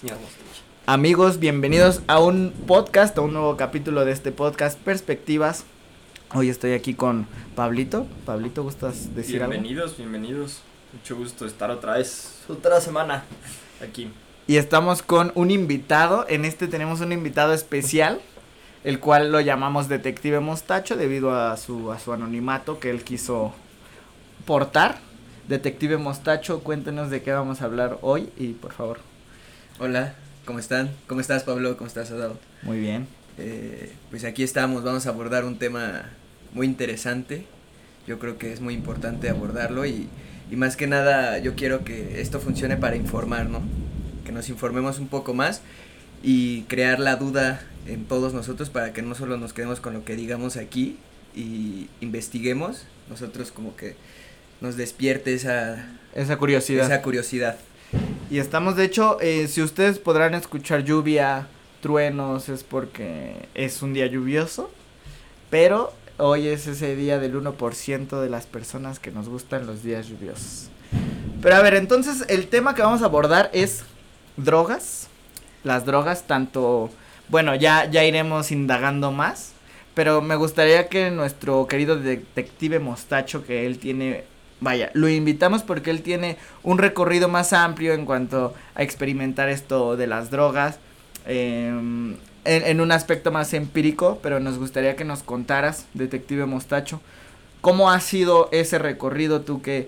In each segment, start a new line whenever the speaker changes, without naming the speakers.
señor Mosquich.
Amigos, bienvenidos a un podcast, a un nuevo capítulo de este podcast, Perspectivas. Hoy estoy aquí con Pablito. Pablito, ¿gustas decir algo?
Bienvenidos. Mucho gusto estar otra semana aquí.
Y estamos con un invitado. En este tenemos un invitado especial, el cual lo llamamos Detective Mostacho debido a su anonimato que él quiso portar. Detective Mostacho, cuéntenos de qué vamos a hablar hoy y por favor.
Hola, ¿cómo están? ¿Cómo estás, Pablo? ¿Cómo estás, Adao?
Muy bien.
Pues aquí estamos, vamos a abordar un tema muy interesante. Yo creo que es muy importante abordarlo y más que nada yo quiero que esto funcione para informar, ¿no? Que nos informemos un poco más y crear la duda en todos nosotros para que no solo nos quedemos con lo que digamos aquí y investiguemos, nosotros como que nos despierte esa curiosidad.
Y estamos, de hecho, si ustedes podrán escuchar lluvia, truenos, es porque es un día lluvioso, pero hoy es ese día del 1% de las personas que nos gustan los días lluviosos. Pero a ver, entonces el tema que vamos a abordar es drogas. Las drogas, tanto, bueno, ya iremos indagando más, pero me gustaría que nuestro querido detective Mostacho, que él tiene... Vaya, lo invitamos porque él tiene un recorrido más amplio en cuanto a experimentar esto de las drogas, en un aspecto más empírico, pero nos gustaría que nos contaras, Detective Mostacho, cómo ha sido ese recorrido, tú que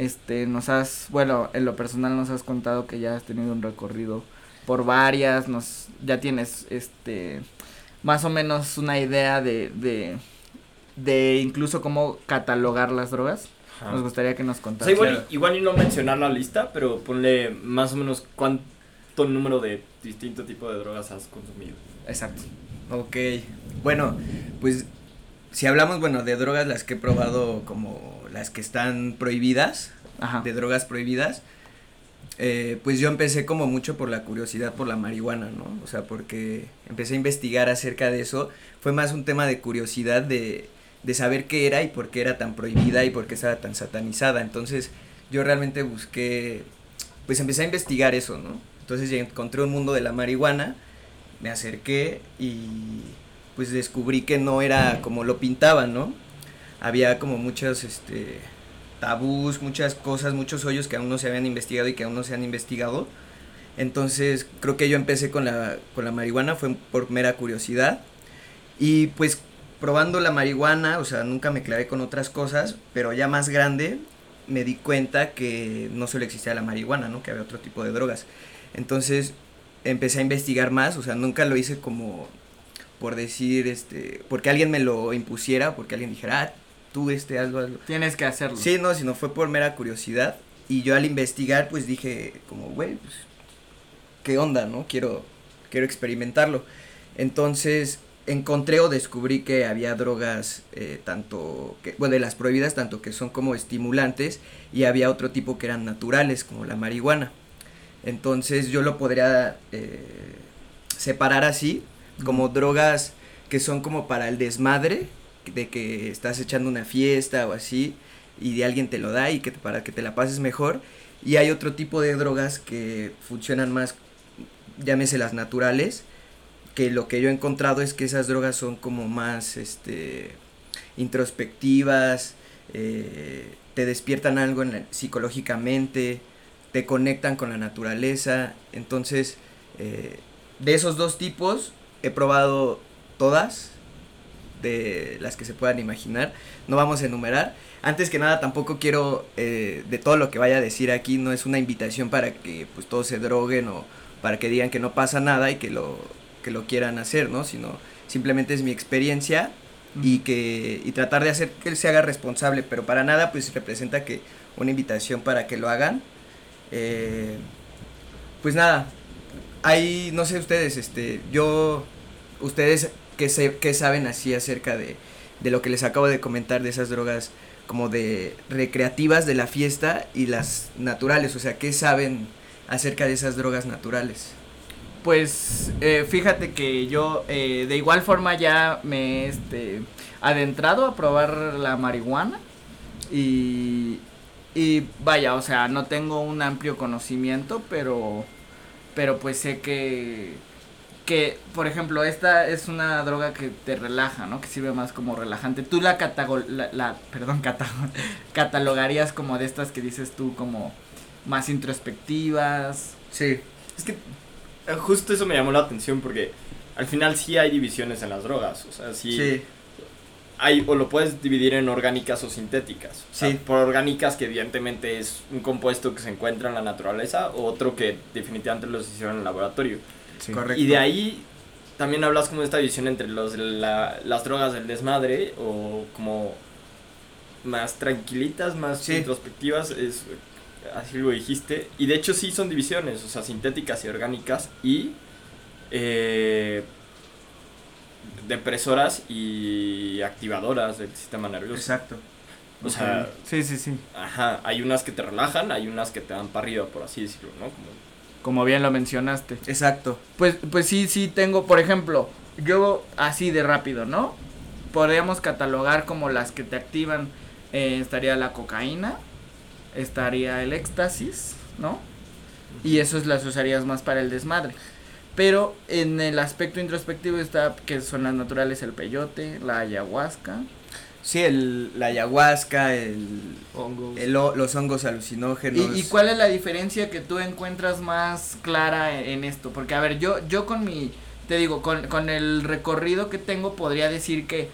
bueno, en lo personal nos has contado que ya has tenido un recorrido por varias, ya tienes más o menos una idea de incluso cómo catalogar las drogas.
Ajá.
Nos gustaría que nos contaras.
O sea, igual y no mencionar la lista, pero ponle más o menos cuánto número de distinto tipo de drogas has consumido.
Exacto.
Ok, bueno, pues si hablamos, bueno, de drogas, las que he probado como las que están prohibidas,
Ajá.
de drogas prohibidas, pues yo empecé como mucho por la curiosidad por la marihuana, ¿no? O sea, porque empecé a investigar acerca de eso, fue más un tema de curiosidad de saber qué era y por qué era tan prohibida y por qué estaba tan satanizada. Entonces yo realmente busqué, pues empecé a investigar eso, ¿no? Entonces ya encontré un mundo de la marihuana, me acerqué y pues descubrí que no era como lo pintaban, ¿no? Había como muchos tabús, muchas cosas, muchos hoyos que aún no se habían investigado y que aún no se han investigado. Entonces creo que yo empecé con la marihuana, fue por mera curiosidad y pues probando la marihuana, o sea, nunca me clavé con otras cosas, pero ya más grande me di cuenta que no solo existía la marihuana, ¿no? Que había otro tipo de drogas. Entonces empecé a investigar más, o sea, nunca lo hice como por decir, porque alguien me lo impusiera, porque alguien dijera, tú hazlo.
Tienes que hacerlo.
Sí, no, sino fue por mera curiosidad. Y yo al investigar, pues dije, como, güey, pues, ¿qué onda, no? Quiero experimentarlo. Entonces encontré o descubrí que había drogas de las prohibidas, tanto que son como estimulantes, y había otro tipo que eran naturales, como la marihuana. Entonces yo lo podría separar así, como drogas que son como para el desmadre, de que estás echando una fiesta o así, y de alguien te lo da y para que te la pases mejor. Y hay otro tipo de drogas que funcionan más, llámese las naturales, que lo que yo he encontrado es que esas drogas son como más introspectivas, te despiertan algo psicológicamente, te conectan con la naturaleza. Entonces de esos dos tipos he probado todas, de las que se puedan imaginar, no vamos a enumerar. Antes que nada, tampoco quiero, de todo lo que vaya a decir aquí, no es una invitación para que pues todos se droguen o para que digan que no pasa nada y que lo quieran hacer, ¿no? Sino simplemente es mi experiencia y tratar de hacer que él se haga responsable, pero para nada pues representa que una invitación para que lo hagan. Pues nada, ahí no sé ustedes, ustedes qué saben así acerca de lo que les acabo de comentar, de esas drogas como de recreativas de la fiesta y las naturales, o sea, ¿qué saben acerca de esas drogas naturales?
Pues fíjate que yo de igual forma ya me he adentrado a probar la marihuana y vaya, o sea, no tengo un amplio conocimiento, pero pero pues sé que, por ejemplo, esta es una droga que te relaja, ¿no? Que sirve más como relajante. Tú catalogarías como de estas que dices tú como más introspectivas.
Sí.
Es que justo eso me llamó la atención porque al final sí hay divisiones en las drogas, o sea, sí. Hay, o lo puedes dividir en orgánicas o sintéticas. O sea,
Sí.
por orgánicas, que evidentemente es un compuesto que se encuentra en la naturaleza, o otro que definitivamente los hicieron en el laboratorio.
Sí.
Correcto.
Y de ahí también hablas como de esta división entre las drogas del desmadre, o como más tranquilitas, más
Sí.
introspectivas, así lo dijiste. Y de hecho sí son divisiones, o sea, sintéticas y orgánicas, y depresoras y activadoras del sistema nervioso.
Exacto.
O sea,
Sí.
ajá, hay unas que te relajan, hay unas que te dan para arriba, por así decirlo, ¿no?
Como bien lo mencionaste.
Exacto.
Pues sí tengo, por ejemplo, yo así de rápido, ¿no? Podríamos catalogar como las que te activan, estaría la cocaína, estaría el éxtasis, ¿no? Y esos las usarías más para el desmadre. Pero en el aspecto introspectivo está que son las naturales, el peyote, la ayahuasca.
Sí, la ayahuasca,
Hongos.
los hongos alucinógenos.
¿Y cuál es la diferencia que tú encuentras más clara en esto? Porque, a ver, yo con te digo, con el recorrido que tengo podría decir que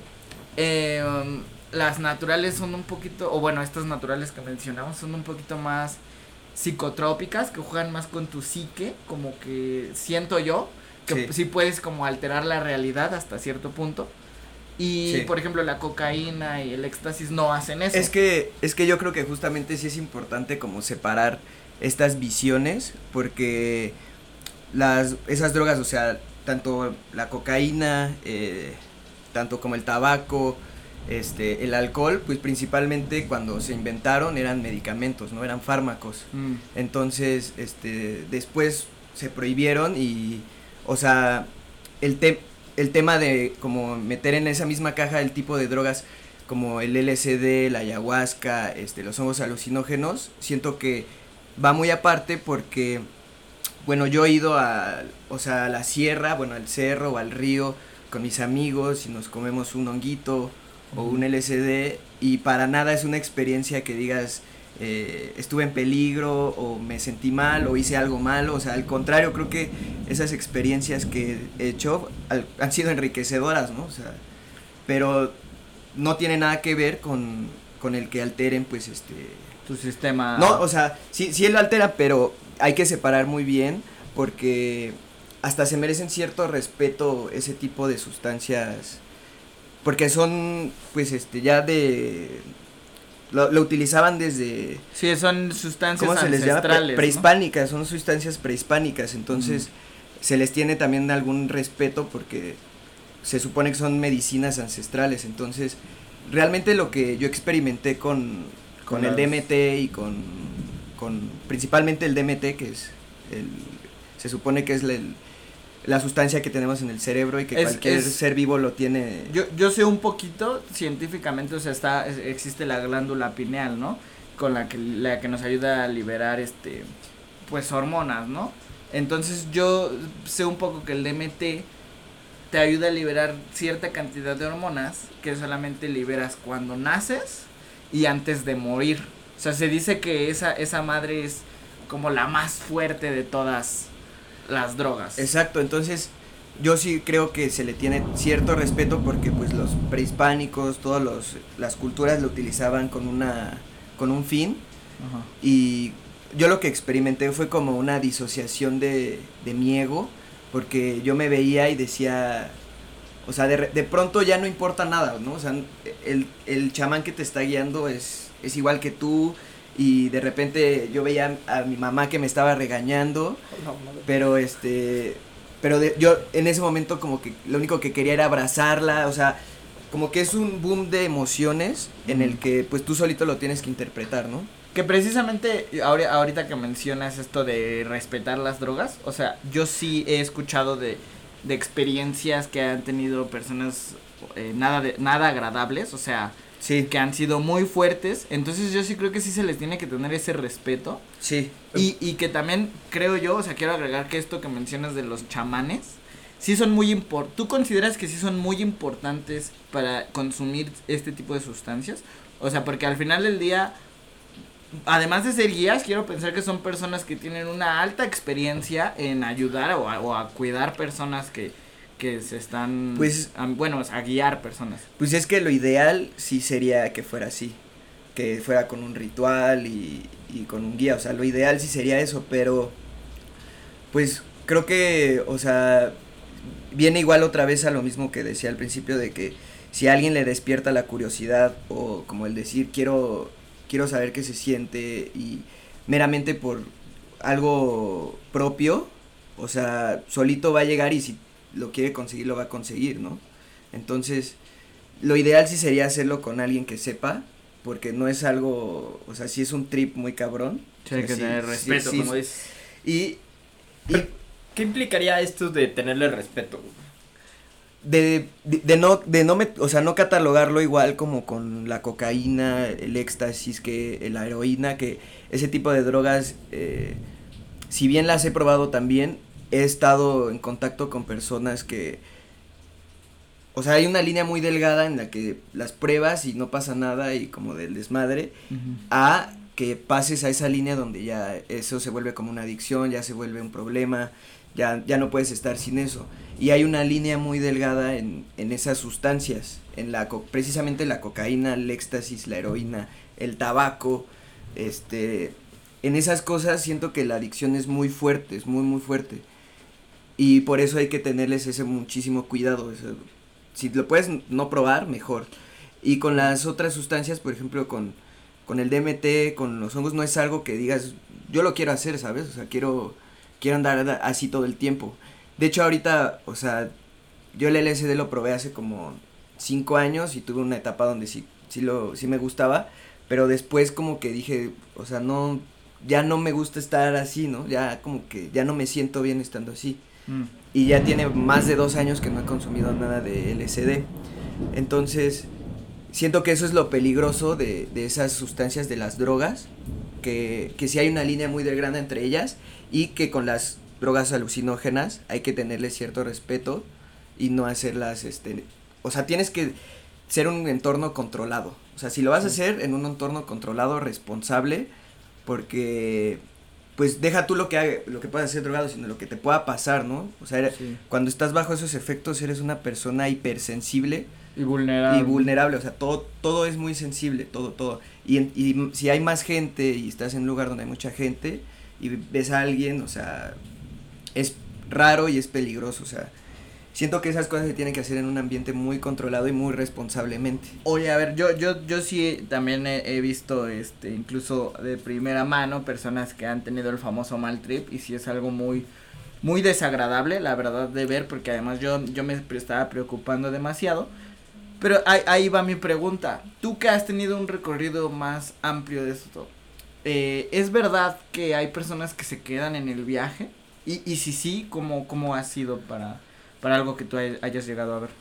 las naturales son un poquito, o bueno, estas naturales que mencionamos son un poquito más psicotrópicas, que juegan más con tu psique, como que siento yo, que sí puedes como alterar la realidad hasta cierto punto. Y, por ejemplo, la cocaína y el éxtasis no hacen eso.
Es que yo creo que justamente sí es importante como separar estas visiones, porque esas drogas, o sea, tanto la cocaína, tanto como el tabaco, el alcohol, pues principalmente cuando se inventaron eran medicamentos, no eran fármacos. Entonces, después se prohibieron y, o sea, el tema de como meter en esa misma caja el tipo de drogas como el LSD, la ayahuasca, los hongos alucinógenos, siento que va muy aparte porque, bueno, yo he ido a la sierra, bueno, al cerro o al río con mis amigos y nos comemos un honguito o un LSD y para nada es una experiencia que digas estuve en peligro o me sentí mal o hice algo malo, o sea, al contrario, creo que esas experiencias que he hecho han sido enriquecedoras, ¿no? O sea, pero no tiene nada que ver con el que alteren, pues,
tu sistema.
No, o sea, sí él lo altera, pero hay que separar muy bien porque hasta se merecen cierto respeto ese tipo de sustancias, porque son, pues, ya de... Lo utilizaban desde...
Sí, son sustancias
¿cómo se les llama?
ancestrales,
Prehispánicas, ¿no? Son sustancias prehispánicas, entonces se les tiene también algún respeto porque se supone que son medicinas ancestrales, entonces realmente lo que yo experimenté con el DMT y con principalmente el DMT, que es se supone que es la sustancia que tenemos en el cerebro y que cualquier ser vivo lo tiene.
Yo sé un poquito científicamente, o sea, existe la glándula pineal, ¿no? Con la que nos ayuda a liberar pues hormonas, ¿no? Entonces yo sé un poco que el DMT te ayuda a liberar cierta cantidad de hormonas que solamente liberas cuando naces y antes de morir. O sea, se dice que esa madre es como la más fuerte de todas las drogas.
Exacto, entonces yo sí creo que se le tiene cierto respeto porque pues los prehispánicos, las culturas lo utilizaban con un fin.
Ajá.
Y yo lo que experimenté fue como una disociación de mi ego, porque yo me veía y decía, o sea, de pronto ya no importa nada, ¿no? O sea, el chamán que te está guiando es igual que tú. Y de repente yo veía a mi mamá que me estaba regañando, pero yo en ese momento como que lo único que quería era abrazarla, o sea, como que es un boom de emociones en el que pues tú solito lo tienes que interpretar, ¿no?
Que precisamente ahorita que mencionas esto de respetar las drogas, o sea, yo sí he escuchado de experiencias que han tenido personas nada agradables, o sea,
Sí.
que han sido muy fuertes, entonces yo sí creo que sí se les tiene que tener ese respeto.
Sí.
Y que también creo yo, o sea, quiero agregar que esto que mencionas de los chamanes, sí son muy importantes. ¿Tú consideras que sí son muy importantes para consumir este tipo de sustancias? O sea, porque al final del día, además de ser guías, quiero pensar que son personas que tienen una alta experiencia en ayudar o a cuidar personas que se están,
pues,
bueno, a guiar personas.
Pues es que lo ideal sí sería que fuera así, que fuera con un ritual y con un guía, o sea, lo ideal sí sería eso, pero pues creo que, o sea, viene igual otra vez a lo mismo que decía al principio de que si a alguien le despierta la curiosidad o como el decir quiero saber qué se siente y meramente por algo propio, o sea, solito va a llegar y si lo quiere conseguir, lo va a conseguir, ¿no? Entonces, lo ideal sí sería hacerlo con alguien que sepa, porque no es algo, o sea, sí es un trip muy cabrón.
Sí, hay que tener respeto,
sí,
como dices.
Y
¿Qué implicaría esto de tenerle respeto?
o sea, no catalogarlo igual como con la cocaína, el éxtasis, que la heroína, que ese tipo de drogas, si bien las he probado también, he estado en contacto con personas que, o sea, hay una línea muy delgada en la que las pruebas y no pasa nada y como del desmadre, a que pases a esa línea donde ya eso se vuelve como una adicción, ya se vuelve un problema, ya no puedes estar sin eso. Y hay una línea muy delgada en esas sustancias, precisamente la cocaína, el éxtasis, la heroína, el tabaco, en esas cosas siento que la adicción es muy fuerte, es muy muy fuerte. Y por eso hay que tenerles ese muchísimo cuidado. Si lo puedes no probar, mejor. Y con las otras sustancias, por ejemplo, con el DMT, con los hongos, no es algo que digas, yo lo quiero hacer, ¿sabes? O sea, quiero andar así todo el tiempo. De hecho, ahorita, o sea, yo el LSD lo probé hace como 5 años y tuve una etapa donde sí me gustaba, pero después como que dije, o sea, no, ya no me gusta estar así, ¿no? Ya como que ya no me siento bien estando así. Y ya tiene más de 2 años que no he consumido nada de LSD. Entonces, siento que eso es lo peligroso de esas sustancias, de las drogas, que sí hay una línea muy delgada entre ellas y que con las drogas alucinógenas hay que tenerle cierto respeto y no hacerlas, o sea, tienes que ser un entorno controlado. O sea, si lo vas a hacer en un entorno controlado, responsable, porque pues deja tú lo que puedas hacer drogado, sino lo que te pueda pasar, ¿no? O sea, cuando estás bajo esos efectos eres una persona hipersensible
y vulnerable.
O sea, todo es muy sensible, todo. Y si hay más gente y estás en un lugar donde hay mucha gente y ves a alguien, o sea, es raro y es peligroso, o sea, siento que esas cosas se tienen que hacer en un ambiente muy controlado y muy responsablemente.
Oye, a ver, yo sí también he visto, incluso de primera mano, personas que han tenido el famoso mal trip, y sí es algo muy, muy desagradable, la verdad, de ver, porque además yo me estaba preocupando demasiado. Pero ahí va mi pregunta, tú que has tenido un recorrido más amplio de esto, ¿es verdad que hay personas que se quedan en el viaje? Y si sí, ¿cómo ha sido para algo que tú hayas llegado a ver?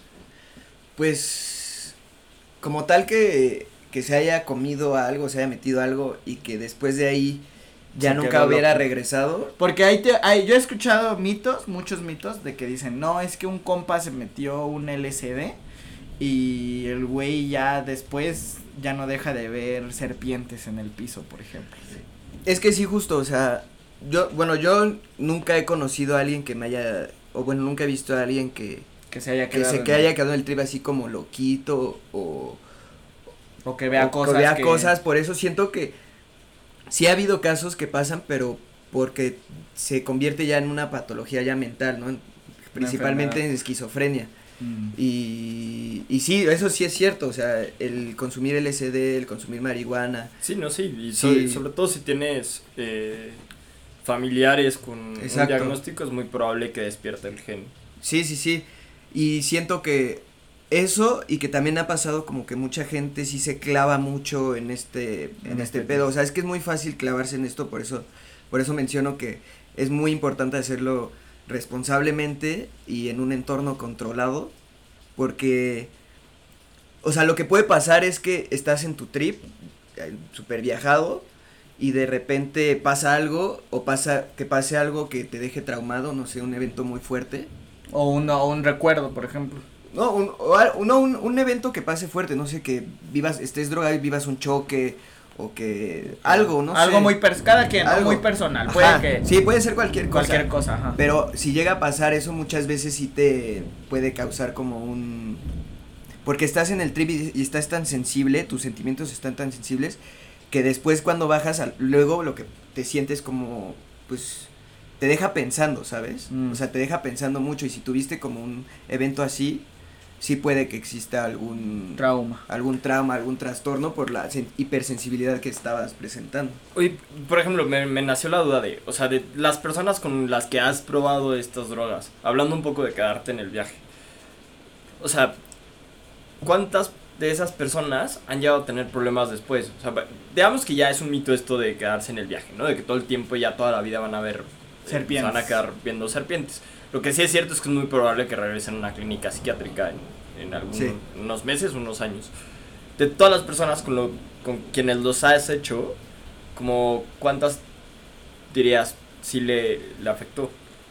Pues, como tal que se haya comido algo, se haya metido algo y que después de ahí ya nunca hubiera regresado.
Porque yo he escuchado muchos mitos de que dicen, no, es que un compa se metió un LSD y el güey ya después ya no deja de ver serpientes en el piso, por ejemplo.
Es que sí, justo, o sea, yo nunca he conocido a alguien que me haya, o bueno, nunca he visto a alguien que
se haya quedado
en el trip así como loquito o
que vea cosas.
Por eso siento que sí ha habido casos que pasan, pero porque se convierte ya en una patología ya mental, ¿no? Principalmente en esquizofrenia. Y sí, eso sí es cierto, o sea, el consumir LSD, el consumir marihuana.
Sí, y sobre todo si tienes familiares con un diagnóstico, es muy probable que despierte el gen.
Sí, y siento que eso, y que también ha pasado como que mucha gente sí se clava mucho en este pedo, o sea, es que es muy fácil clavarse en esto, por eso menciono que es muy importante hacerlo responsablemente y en un entorno controlado, porque o sea, lo que puede pasar es que estás en tu trip, súper viajado, y de repente pasa algo, o pase algo que te deje traumado, no sé, un evento muy fuerte.
O un recuerdo, por ejemplo.
No, un evento que pase fuerte, no sé, que estés drogado y vivas un choque, o que algo, no sé.
Algo muy cada quien,
algo
muy personal,
ajá,
puede que.
sí, puede ser cualquier cosa.
Cualquier cosa, ajá.
Pero si llega a pasar eso, muchas veces sí te puede causar como porque estás en el trip y estás tan sensible, tus sentimientos están tan sensibles, que después cuando bajas, luego lo que te sientes como, pues, te deja pensando, ¿sabes? O sea, te deja pensando mucho, y si tuviste como un evento así, sí puede que exista algún trauma, algún trastorno por la hipersensibilidad que estabas presentando.
Oye, por ejemplo, me nació la duda de las personas con las que has probado estas drogas, hablando un poco de quedarte en el viaje. O sea, ¿cuántas de esas personas han llegado a tener problemas después? O sea, digamos que ya es un mito esto de quedarse en el viaje, ¿no? De que todo el tiempo, ya toda la vida van a ver serpientes. Se van a quedar viendo serpientes. Lo que sí es cierto es que es muy probable que regresen a una clínica psiquiátrica en unos meses, unos años. De todas las personas con quienes los has hecho, como ¿cuántas dirías sí le afectó?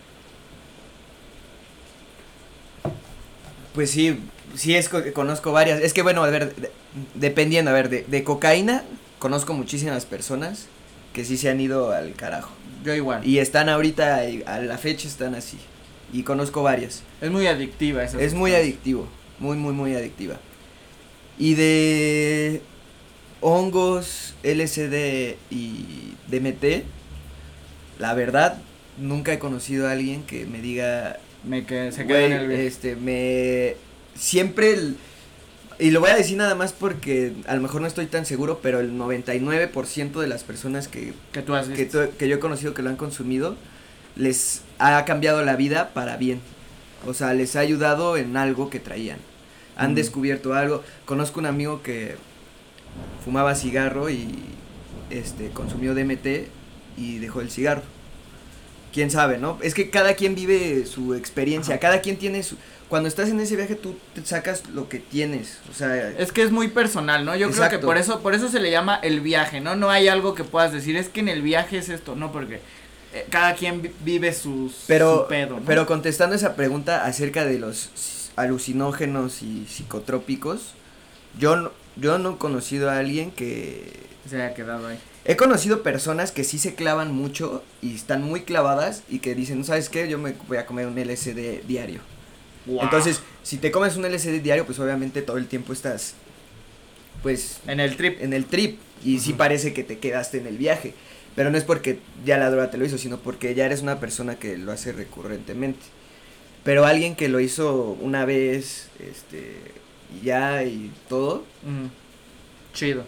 Pues sí conozco varias. Es que bueno, a ver, dependiendo, a ver, de cocaína conozco muchísimas personas que sí se han ido al carajo.
Yo igual.
Y están ahorita, a la fecha están así. Y conozco varias.
Es muy adictiva esa.
Es muy adictivo, muy adictiva. Y de hongos, LSD y DMT, la verdad, nunca he conocido a alguien que me diga...
que se quede en el viaje.
Siempre... Y lo voy a decir nada más porque a lo mejor no estoy tan seguro, pero el 99% de las personas que
tú has visto,
que yo he conocido que lo han consumido, les ha cambiado la vida para bien. O sea, les ha ayudado en algo que traían. Han descubierto algo. Conozco un amigo que fumaba cigarro y consumió DMT y dejó el cigarro. Quién sabe, ¿no? Es que cada quien vive su experiencia. Ajá. Cada quien tiene cuando estás en ese viaje tú te sacas lo que tienes, o sea...
Es que es muy personal, ¿no? Yo Exacto. Creo que por eso se le llama el viaje, ¿no? No hay algo que puedas decir, es que en el viaje es esto, ¿no? Porque cada quien vive su pedo, ¿no?
Pero contestando esa pregunta acerca de los alucinógenos y psicotrópicos, yo no he conocido a alguien que...
se haya quedado ahí.
He conocido personas que sí se clavan mucho y están muy clavadas y que dicen, ¿sabes qué? Yo me voy a comer un LSD diario. Wow. Entonces, si te comes un LSD diario, pues obviamente todo el tiempo estás, pues...
En el trip.
Y sí parece que te quedaste en el viaje. Pero no es porque ya la droga te lo hizo, sino porque ya eres una persona que lo hace recurrentemente. Pero alguien que lo hizo una vez, y ya, y todo...
Chido.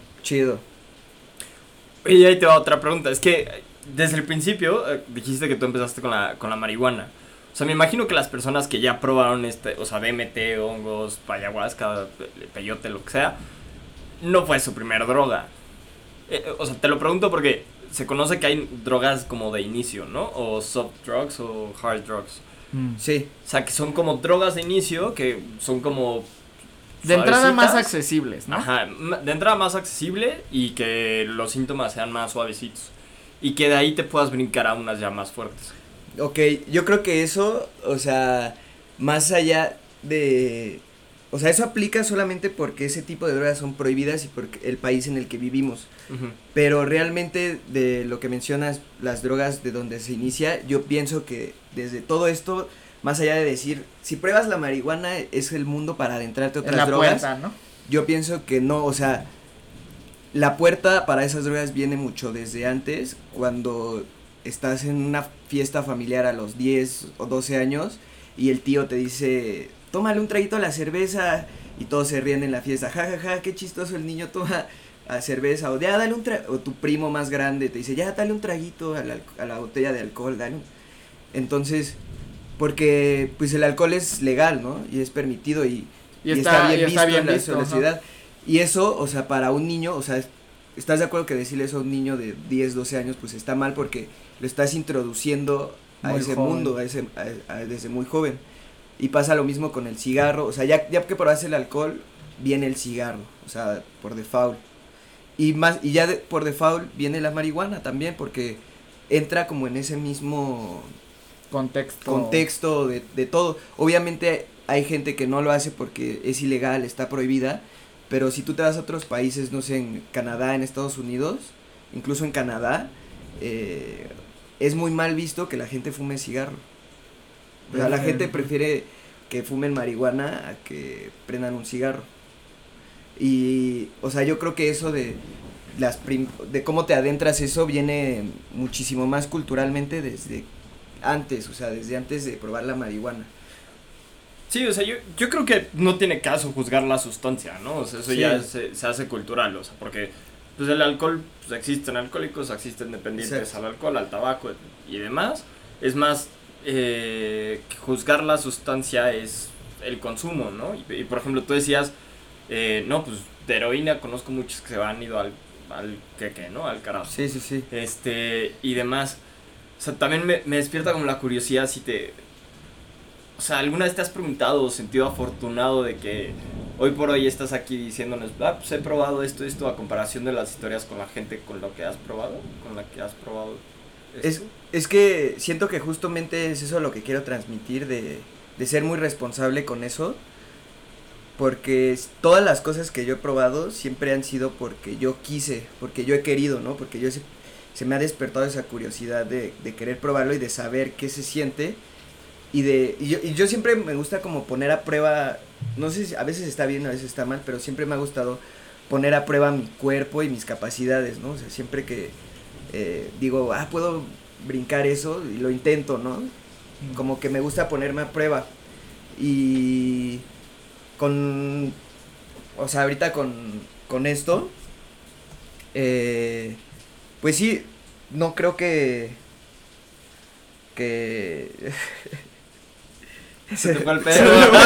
Y ahí te va otra pregunta. Es que desde el principio dijiste que tú empezaste con la marihuana. O sea, me imagino que las personas que ya probaron o sea, DMT, hongos, ayahuasca, peyote, lo que sea, no fue su primer droga. O sea, te lo pregunto porque se conoce que hay drogas como de inicio, ¿no? O soft drugs o hard drugs.
Sí.
O sea, que son como drogas de inicio, que son como...
de entrada más accesibles, ¿no?
Ajá, de entrada más accesible y que los síntomas sean más suavecitos. Y que de ahí te puedas brincar a unas ya más fuertes.
Ok, yo creo que eso, o sea, más allá de... O sea, eso aplica solamente porque ese tipo de drogas son prohibidas y porque el país en el que vivimos. Pero realmente de lo que mencionas, las drogas de donde se inicia, yo pienso que desde todo esto, más allá de decir, si pruebas la marihuana es el mundo para adentrarte a otras drogas.
Puerta, ¿no?
Yo pienso que no, o sea, la puerta para esas drogas viene mucho desde antes, cuando estás en una fiesta familiar a los 10 o 12 años y el tío te dice, tómale un traguito a la cerveza, y todos se ríen en la fiesta, jajaja, qué chistoso el niño toma a cerveza, o ya dale o tu primo más grande te dice, ya dale un traguito a la botella de alcohol, dale. Entonces, porque pues el alcohol es legal, ¿no? Y es permitido y está bien visto en la sociedad. Y eso, o sea, para un niño, o sea, ¿estás de acuerdo que decirle eso a un niño de 10, 12 años pues está mal porque lo estás introduciendo a muy ese joven. Mundo, desde muy joven? Y pasa lo mismo con el cigarro, o sea, ya que probaste el alcohol, viene el cigarro, o sea, por default. Y ya por default viene la marihuana también, porque entra como en ese mismo contexto de todo. Obviamente hay gente que no lo hace porque es ilegal, está prohibida, pero si tú te vas a otros países, no sé, en Canadá, en Estados Unidos, incluso en Canadá, es muy mal visto que la gente fume cigarro. O sea, la gente prefiere que fumen marihuana a que prendan un cigarro. Y, o sea, yo creo que eso de cómo te adentras, eso viene muchísimo más culturalmente desde antes, o sea, desde antes de probar la marihuana.
Sí, o sea, yo creo que no tiene caso juzgar la sustancia, ¿no? O sea, eso ya se hace cultural, o sea, porque pues el alcohol, pues existen alcohólicos, existen dependientes al alcohol, al tabaco y demás. Es más, juzgar la sustancia es el consumo, ¿no? Y por ejemplo, tú decías, no, pues de heroína conozco muchos que se han ido al queque, ¿no? Al carajo.
Sí, sí, sí.
Y demás. O sea, también me despierta como la curiosidad si o sea, ¿alguna vez te has preguntado o sentido afortunado de que hoy por hoy estás aquí diciéndonos, pues he probado esto, a comparación de las historias con la gente con lo que has probado, con la que has probado esto?
Es que siento que justamente es eso lo que quiero transmitir, de ser muy responsable con eso, porque todas las cosas que yo he probado siempre han sido porque yo quise, porque yo he querido, ¿no? Porque se me ha despertado esa curiosidad de querer probarlo y de saber qué se siente. Y yo siempre me gusta como poner a prueba, no sé si a veces está bien, a veces está mal, pero siempre me ha gustado poner a prueba mi cuerpo y mis capacidades, ¿no? O sea, siempre que digo, puedo brincar eso, y lo intento, ¿no? Como que me gusta ponerme a prueba. Y o sea, ahorita con esto, pues sí, no creo que
Se te fue el pedo.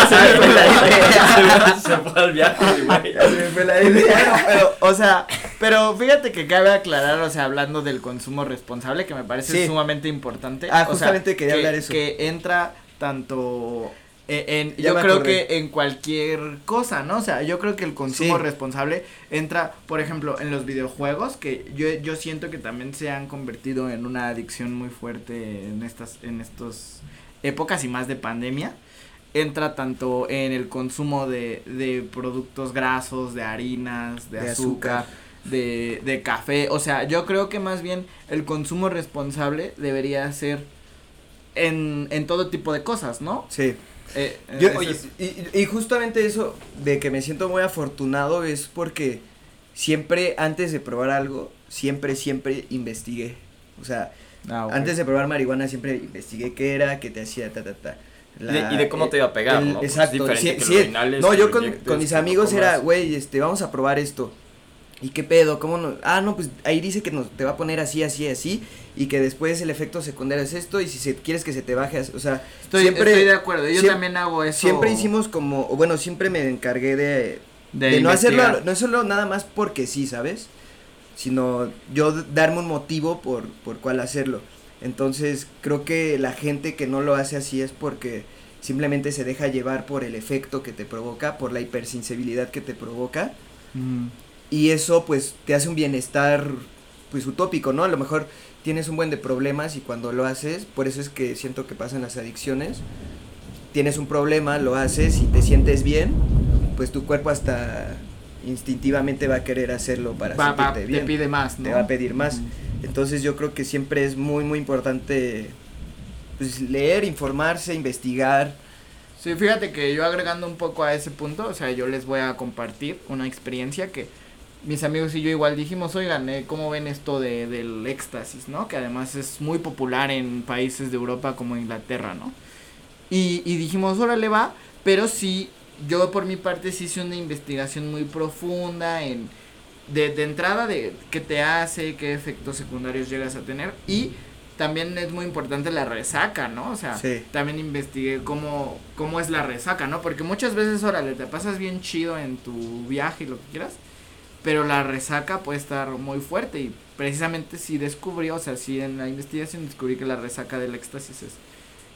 Se fue al viaje, güey. Se me fue la idea. Pero, o sea, fíjate que cabe aclarar, o sea, hablando del consumo responsable, que me parece sumamente importante.
Justamente quería hablar eso.
Que entra tanto yo creo que en cualquier cosa, ¿no? O sea, yo creo que el consumo responsable entra, por ejemplo, en los videojuegos, que yo siento que también se han convertido en una adicción muy fuerte en estos épocas y más de pandemia. Entra tanto en el consumo de productos grasos, de harinas, de azúcar, de café. O sea, yo creo que más bien el consumo responsable debería ser en todo tipo de cosas, ¿no?
Sí. Y justamente eso de que me siento muy afortunado es porque siempre antes de probar algo, siempre investigué. O sea, antes de probar marihuana siempre investigué qué era, qué te hacía,
y de cómo te iba a pegar, ¿no?
Exacto.
Pues
No, yo con mis amigos era, güey, vamos a probar esto. ¿Y qué pedo? ¿Cómo no? No, pues ahí dice que te va a poner así, y que después el efecto secundario es esto, y si quieres que se te baje, o sea,
estoy de acuerdo, yo también hago eso.
Siempre hicimos siempre me encargué de no hacerlo nada más porque sí, ¿sabes? Sino yo darme un motivo por cuál hacerlo. Entonces, creo que la gente que no lo hace así es porque simplemente se deja llevar por el efecto que te provoca, por la hipersensibilidad que te provoca. Y eso pues te hace un bienestar pues utópico, ¿no? A lo mejor tienes un buen de problemas y cuando lo haces, por eso es que siento que pasan las adicciones. Tienes un problema, lo haces y te sientes bien, pues tu cuerpo hasta instintivamente va a querer hacerlo para sentirte bien.
Te pide más, ¿no?
Te va a pedir más. Entonces yo creo que siempre es muy muy importante pues leer, informarse, investigar.
Sí, fíjate que yo agregando un poco a ese punto, o sea, yo les voy a compartir una experiencia que mis amigos y yo igual dijimos, oigan, ¿cómo ven esto del éxtasis, no? Que además es muy popular en países de Europa como Inglaterra, ¿no? Y dijimos, órale va, pero sí, yo por mi parte sí hice una investigación muy profunda de entrada de qué te hace, qué efectos secundarios llegas a tener y también es muy importante la resaca, ¿no? O sea, también investigué cómo es la resaca, ¿no? Porque muchas veces, órale, te pasas bien chido en tu viaje y lo que quieras, pero la resaca puede estar muy fuerte y precisamente sí en la investigación descubrí que la resaca del éxtasis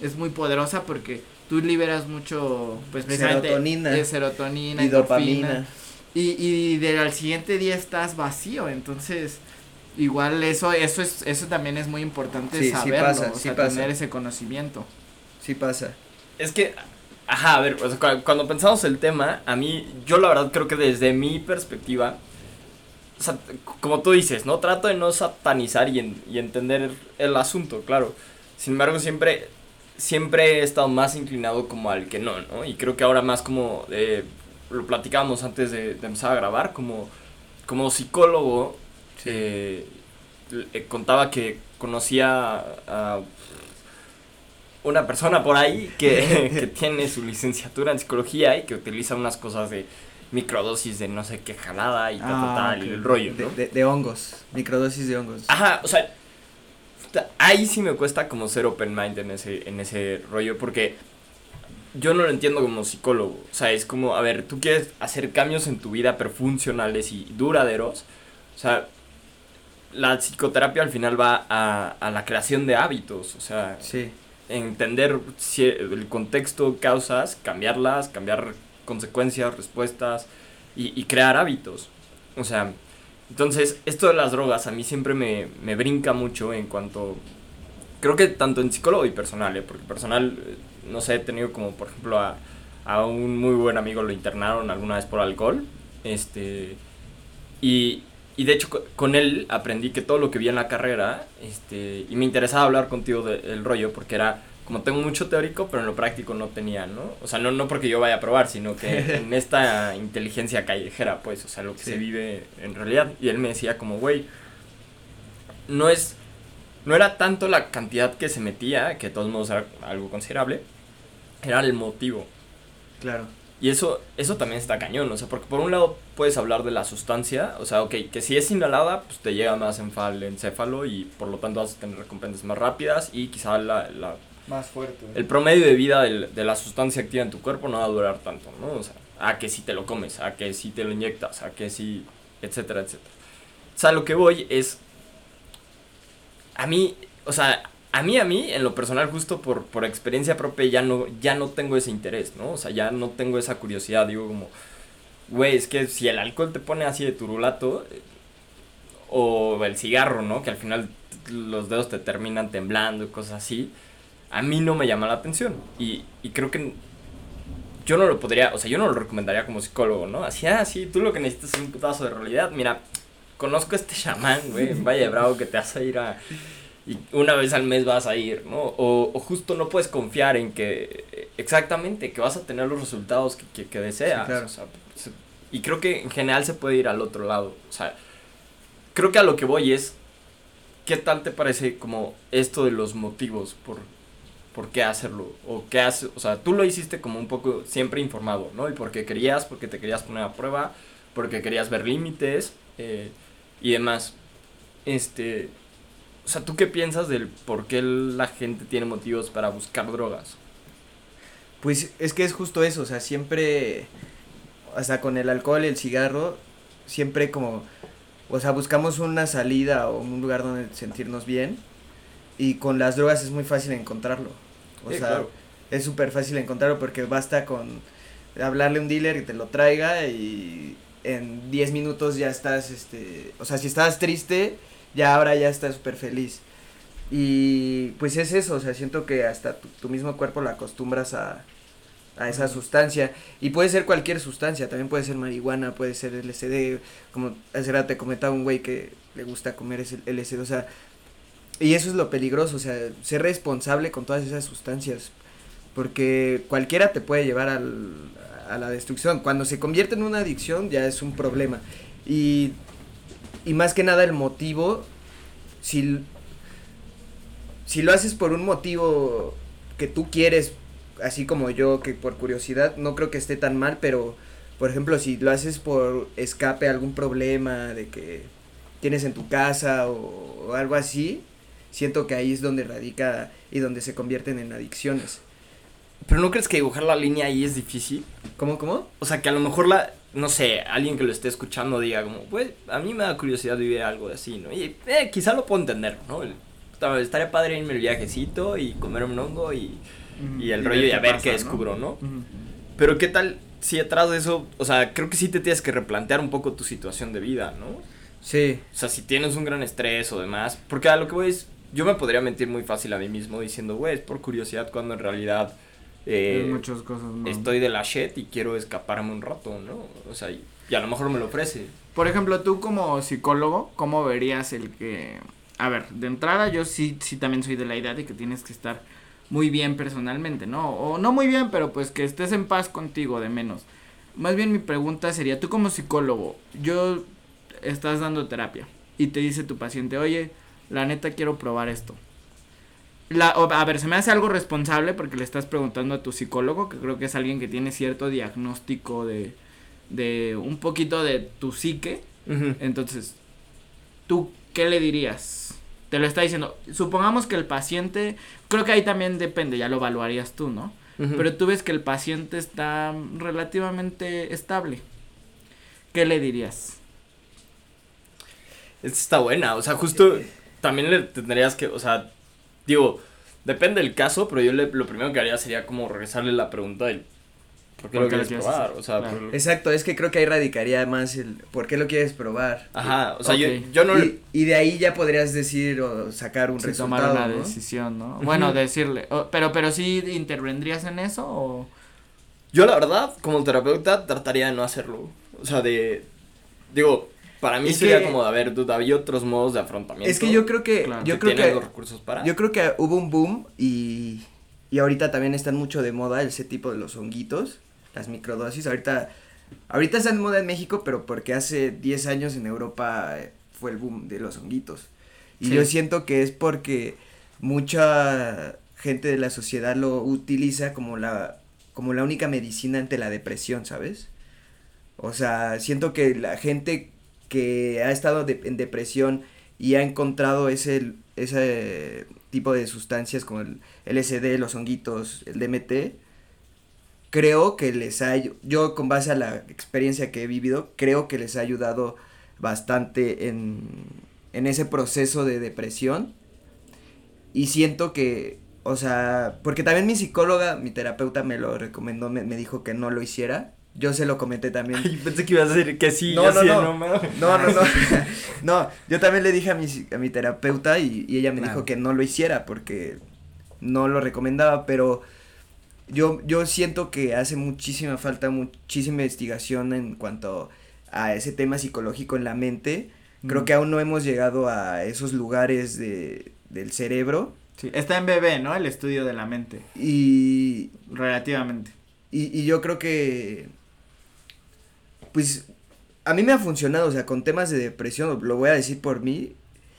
es muy poderosa porque tú liberas mucho, pues precisamente serotonina,
y
endorfina,
dopamina.
Y al siguiente día estás vacío, entonces igual eso también es muy importante
Sí,
saberlo,
pasa,
o
sí
sea,
pasa.
tener ese conocimiento.
Sí pasa.
Es que, ajá, a ver, o sea, cuando pensamos el tema, a mí, yo la verdad creo que desde mi perspectiva, o sea, como tú dices, ¿no? Trato de no satanizar y entender el asunto, claro. Sin embargo, siempre he estado más inclinado como al que no, ¿no? Y creo que ahora más como, lo platicábamos antes de empezar a grabar, como psicólogo,
Sí.
contaba que conocía a una persona por ahí que tiene su licenciatura en psicología y que utiliza unas cosas de microdosis de no sé qué jalada y tal,
ok.
y el rollo, ¿no?
De hongos, microdosis de hongos.
Ajá, o sea, ahí sí me cuesta como ser open mind en ese rollo porque yo no lo entiendo como psicólogo. O sea, es como, a ver, tú quieres hacer cambios en tu vida pero funcionales y duraderos. O sea, la psicoterapia al final va a la creación de hábitos. O sea,
Sí.
entender el contexto, causas, cambiarlas, cambiar consecuencias, respuestas y crear hábitos. O sea, entonces esto de las drogas a mí siempre me brinca mucho en cuanto... Creo que tanto en psicólogo y personal, porque personal, no sé, he tenido como por ejemplo a un muy buen amigo lo internaron alguna vez por alcohol. Y, y de hecho con él aprendí que todo lo que vi en la carrera, y me interesaba hablar contigo del rollo porque era, como tengo mucho teórico, pero en lo práctico no tenía, ¿no? O sea, no porque yo vaya a probar, sino que en esta inteligencia callejera, pues, o sea, lo que se vive en realidad. Y él me decía como, güey, no era tanto la cantidad que se metía, que de todos modos era algo considerable, era el motivo.
Claro.
Y eso también está cañón, o sea, porque por un lado puedes hablar de la sustancia, o sea, ok, que si es inhalada, pues te llega más al encéfalo y por lo tanto vas a tener recompensas más rápidas y quizá
Más fuerte.
el promedio de vida de la sustancia activa en tu cuerpo no va a durar tanto, ¿no? O sea, a que si te lo comes, a que si te lo inyectas, a que si, etcétera, etcétera. O sea, lo que voy es, a mí, o sea, a mí, en lo personal, justo por experiencia propia, ya no tengo ese interés, ¿no? O sea, ya no tengo esa curiosidad, digo como, güey, es que si el alcohol te pone así de turulato, o el cigarro, ¿no? Que al final los dedos te terminan temblando y cosas así, a mí no me llama la atención. Y creo que yo no lo podría, o sea, yo no lo recomendaría como psicólogo, ¿no? Así, sí, tú lo que necesitas es un putazo de realidad. Mira, conozco a este chamán, güey, en Valle de Bravo, que te vas a ir y una vez al mes vas a ir, ¿no? O justo no puedes confiar en que, exactamente, que vas a tener los resultados que deseas.
Sí, claro.
O sea, y creo que en general se puede ir al otro lado. O sea, creo que a lo que voy es, ¿qué tal te parece como esto de los motivos por qué hacerlo? O qué hace, o sea, tú lo hiciste como un poco siempre informado, ¿no? Y porque te querías poner a prueba, porque querías ver límites, y demás. O sea, ¿tú qué piensas del por qué la gente tiene motivos para buscar drogas?
Pues es que es justo eso, o sea, siempre, hasta con el alcohol y el cigarro, siempre como, o sea, buscamos una salida o un lugar donde sentirnos bien, y con las drogas es muy fácil encontrarlo. O
Sí,
sea,
claro.
es súper fácil encontrarlo porque basta con hablarle a un dealer y te lo traiga y en 10 minutos ya estás, o sea, si estabas triste, ya ahora ya estás súper feliz. Y pues es eso, o sea, siento que hasta tu mismo cuerpo lo acostumbras a esa sustancia. Y puede ser cualquier sustancia, también puede ser marihuana, puede ser LSD, como hace rato te comentaba un güey que le gusta comer ese LSD, o sea, y eso es lo peligroso, o sea, ser responsable con todas esas sustancias, porque cualquiera te puede llevar a la destrucción. Cuando se convierte en una adicción ya es un problema. Y más que nada el motivo, si lo haces por un motivo que tú quieres, así como yo, que por curiosidad, no creo que esté tan mal, pero por ejemplo, si lo haces por escape a algún problema de que tienes en tu casa o algo así, siento que ahí es donde radica y donde se convierten en adicciones.
¿Pero no crees que dibujar la línea ahí es difícil?
¿Cómo?
O sea, que a lo mejor no sé, alguien que lo esté escuchando diga como, güey, a mí me da curiosidad vivir algo así, ¿no? Y quizá lo puedo entender, ¿no? estaría padre irme el viajecito y comer un hongo y el
Y
rollo
ver
y a
qué
ver
pasa,
qué
¿no?
descubro, ¿no? Pero ¿qué tal si atrás de eso, o sea, creo que sí te tienes que replantear un poco tu situación de vida, ¿no?
Sí.
O sea, si tienes un gran estrés o demás, porque a lo que voy es, yo me podría mentir muy fácil a mí mismo diciendo, güey, es por curiosidad cuando en realidad
Hay muchas cosas más.
estoy de la shit y quiero escaparme un rato, ¿no? O sea, y a lo mejor me lo ofrece.
Por ejemplo, tú como psicólogo, ¿cómo verías el que... A ver, de entrada yo sí también soy de la idea de que tienes que estar muy bien personalmente, ¿no? O no muy bien, pero pues que estés en paz contigo, de menos. Más bien mi pregunta sería, tú como psicólogo, estás dando terapia y te dice tu paciente, oye, la neta quiero probar esto. A ver, se me hace algo responsable porque le estás preguntando a tu psicólogo, que creo que es alguien que tiene cierto diagnóstico de un poquito de tu psique. Entonces, ¿tú qué le dirías? Te lo está diciendo. Supongamos que el paciente, creo que ahí también depende, ya lo evaluarías tú, ¿no? Pero tú ves que el paciente está relativamente estable. ¿Qué le dirías?
Esta está buena, o sea, justo también le tendrías que, o sea, digo, depende del caso, pero yo lo primero que haría sería como regresarle la pregunta del ¿por qué lo quieres probar?
hacer?
O sea,
Claro.
Exacto, es que creo que ahí radicaría más el ¿por qué lo quieres probar?
Ajá, o sea,
Ok.
yo no...
Y de ahí ya podrías decir o sacar un
Sí,
resultado,
tomar una
¿no?
decisión, ¿no?
Ujú.
Bueno, decirle, pero sí intervendrías en eso o...
Yo la verdad, como terapeuta, trataría de no hacerlo. O sea, digo, para mí
Es
sería
que-
como de, a ver, dude, había otros modos de afrontamiento.
Es que yo creo que
Claro.
yo
que
creo
tienen
que
los recursos para.
yo creo que hubo un boom y ahorita también están mucho de moda ese tipo de los honguitos, las microdosis. Ahorita están de moda en México, pero porque hace 10 años en Europa fue el boom de los honguitos. Y
Sí.
yo siento que es porque mucha gente de la sociedad lo utiliza como la única medicina ante la depresión, ¿sabes? O sea, siento que la gente que ha estado en depresión y ha encontrado ese tipo de sustancias como el LSD, los honguitos, el DMT, creo que yo con base a la experiencia que he vivido, creo que les ha ayudado bastante en ese proceso de depresión. Y siento que, o sea, porque también mi psicóloga, mi terapeuta me lo recomendó, me dijo que no lo hiciera. Yo se lo comenté también.
Ay, pensé que ibas a decir que sí.
No,
yo
no,
sí,
no.
mames.
No, no, yo también le dije a mi terapeuta y ella me
Claro.
dijo que no lo hiciera porque no lo recomendaba, pero yo siento que hace muchísima falta, muchísima investigación en cuanto a ese tema psicológico en la mente. Creo que aún no hemos llegado a esos lugares del cerebro.
Sí, está en bebé, ¿no? El estudio de la mente,
Y
relativamente.
yo creo que, pues, a mí me ha funcionado, o sea, con temas de depresión, lo voy a decir por mí,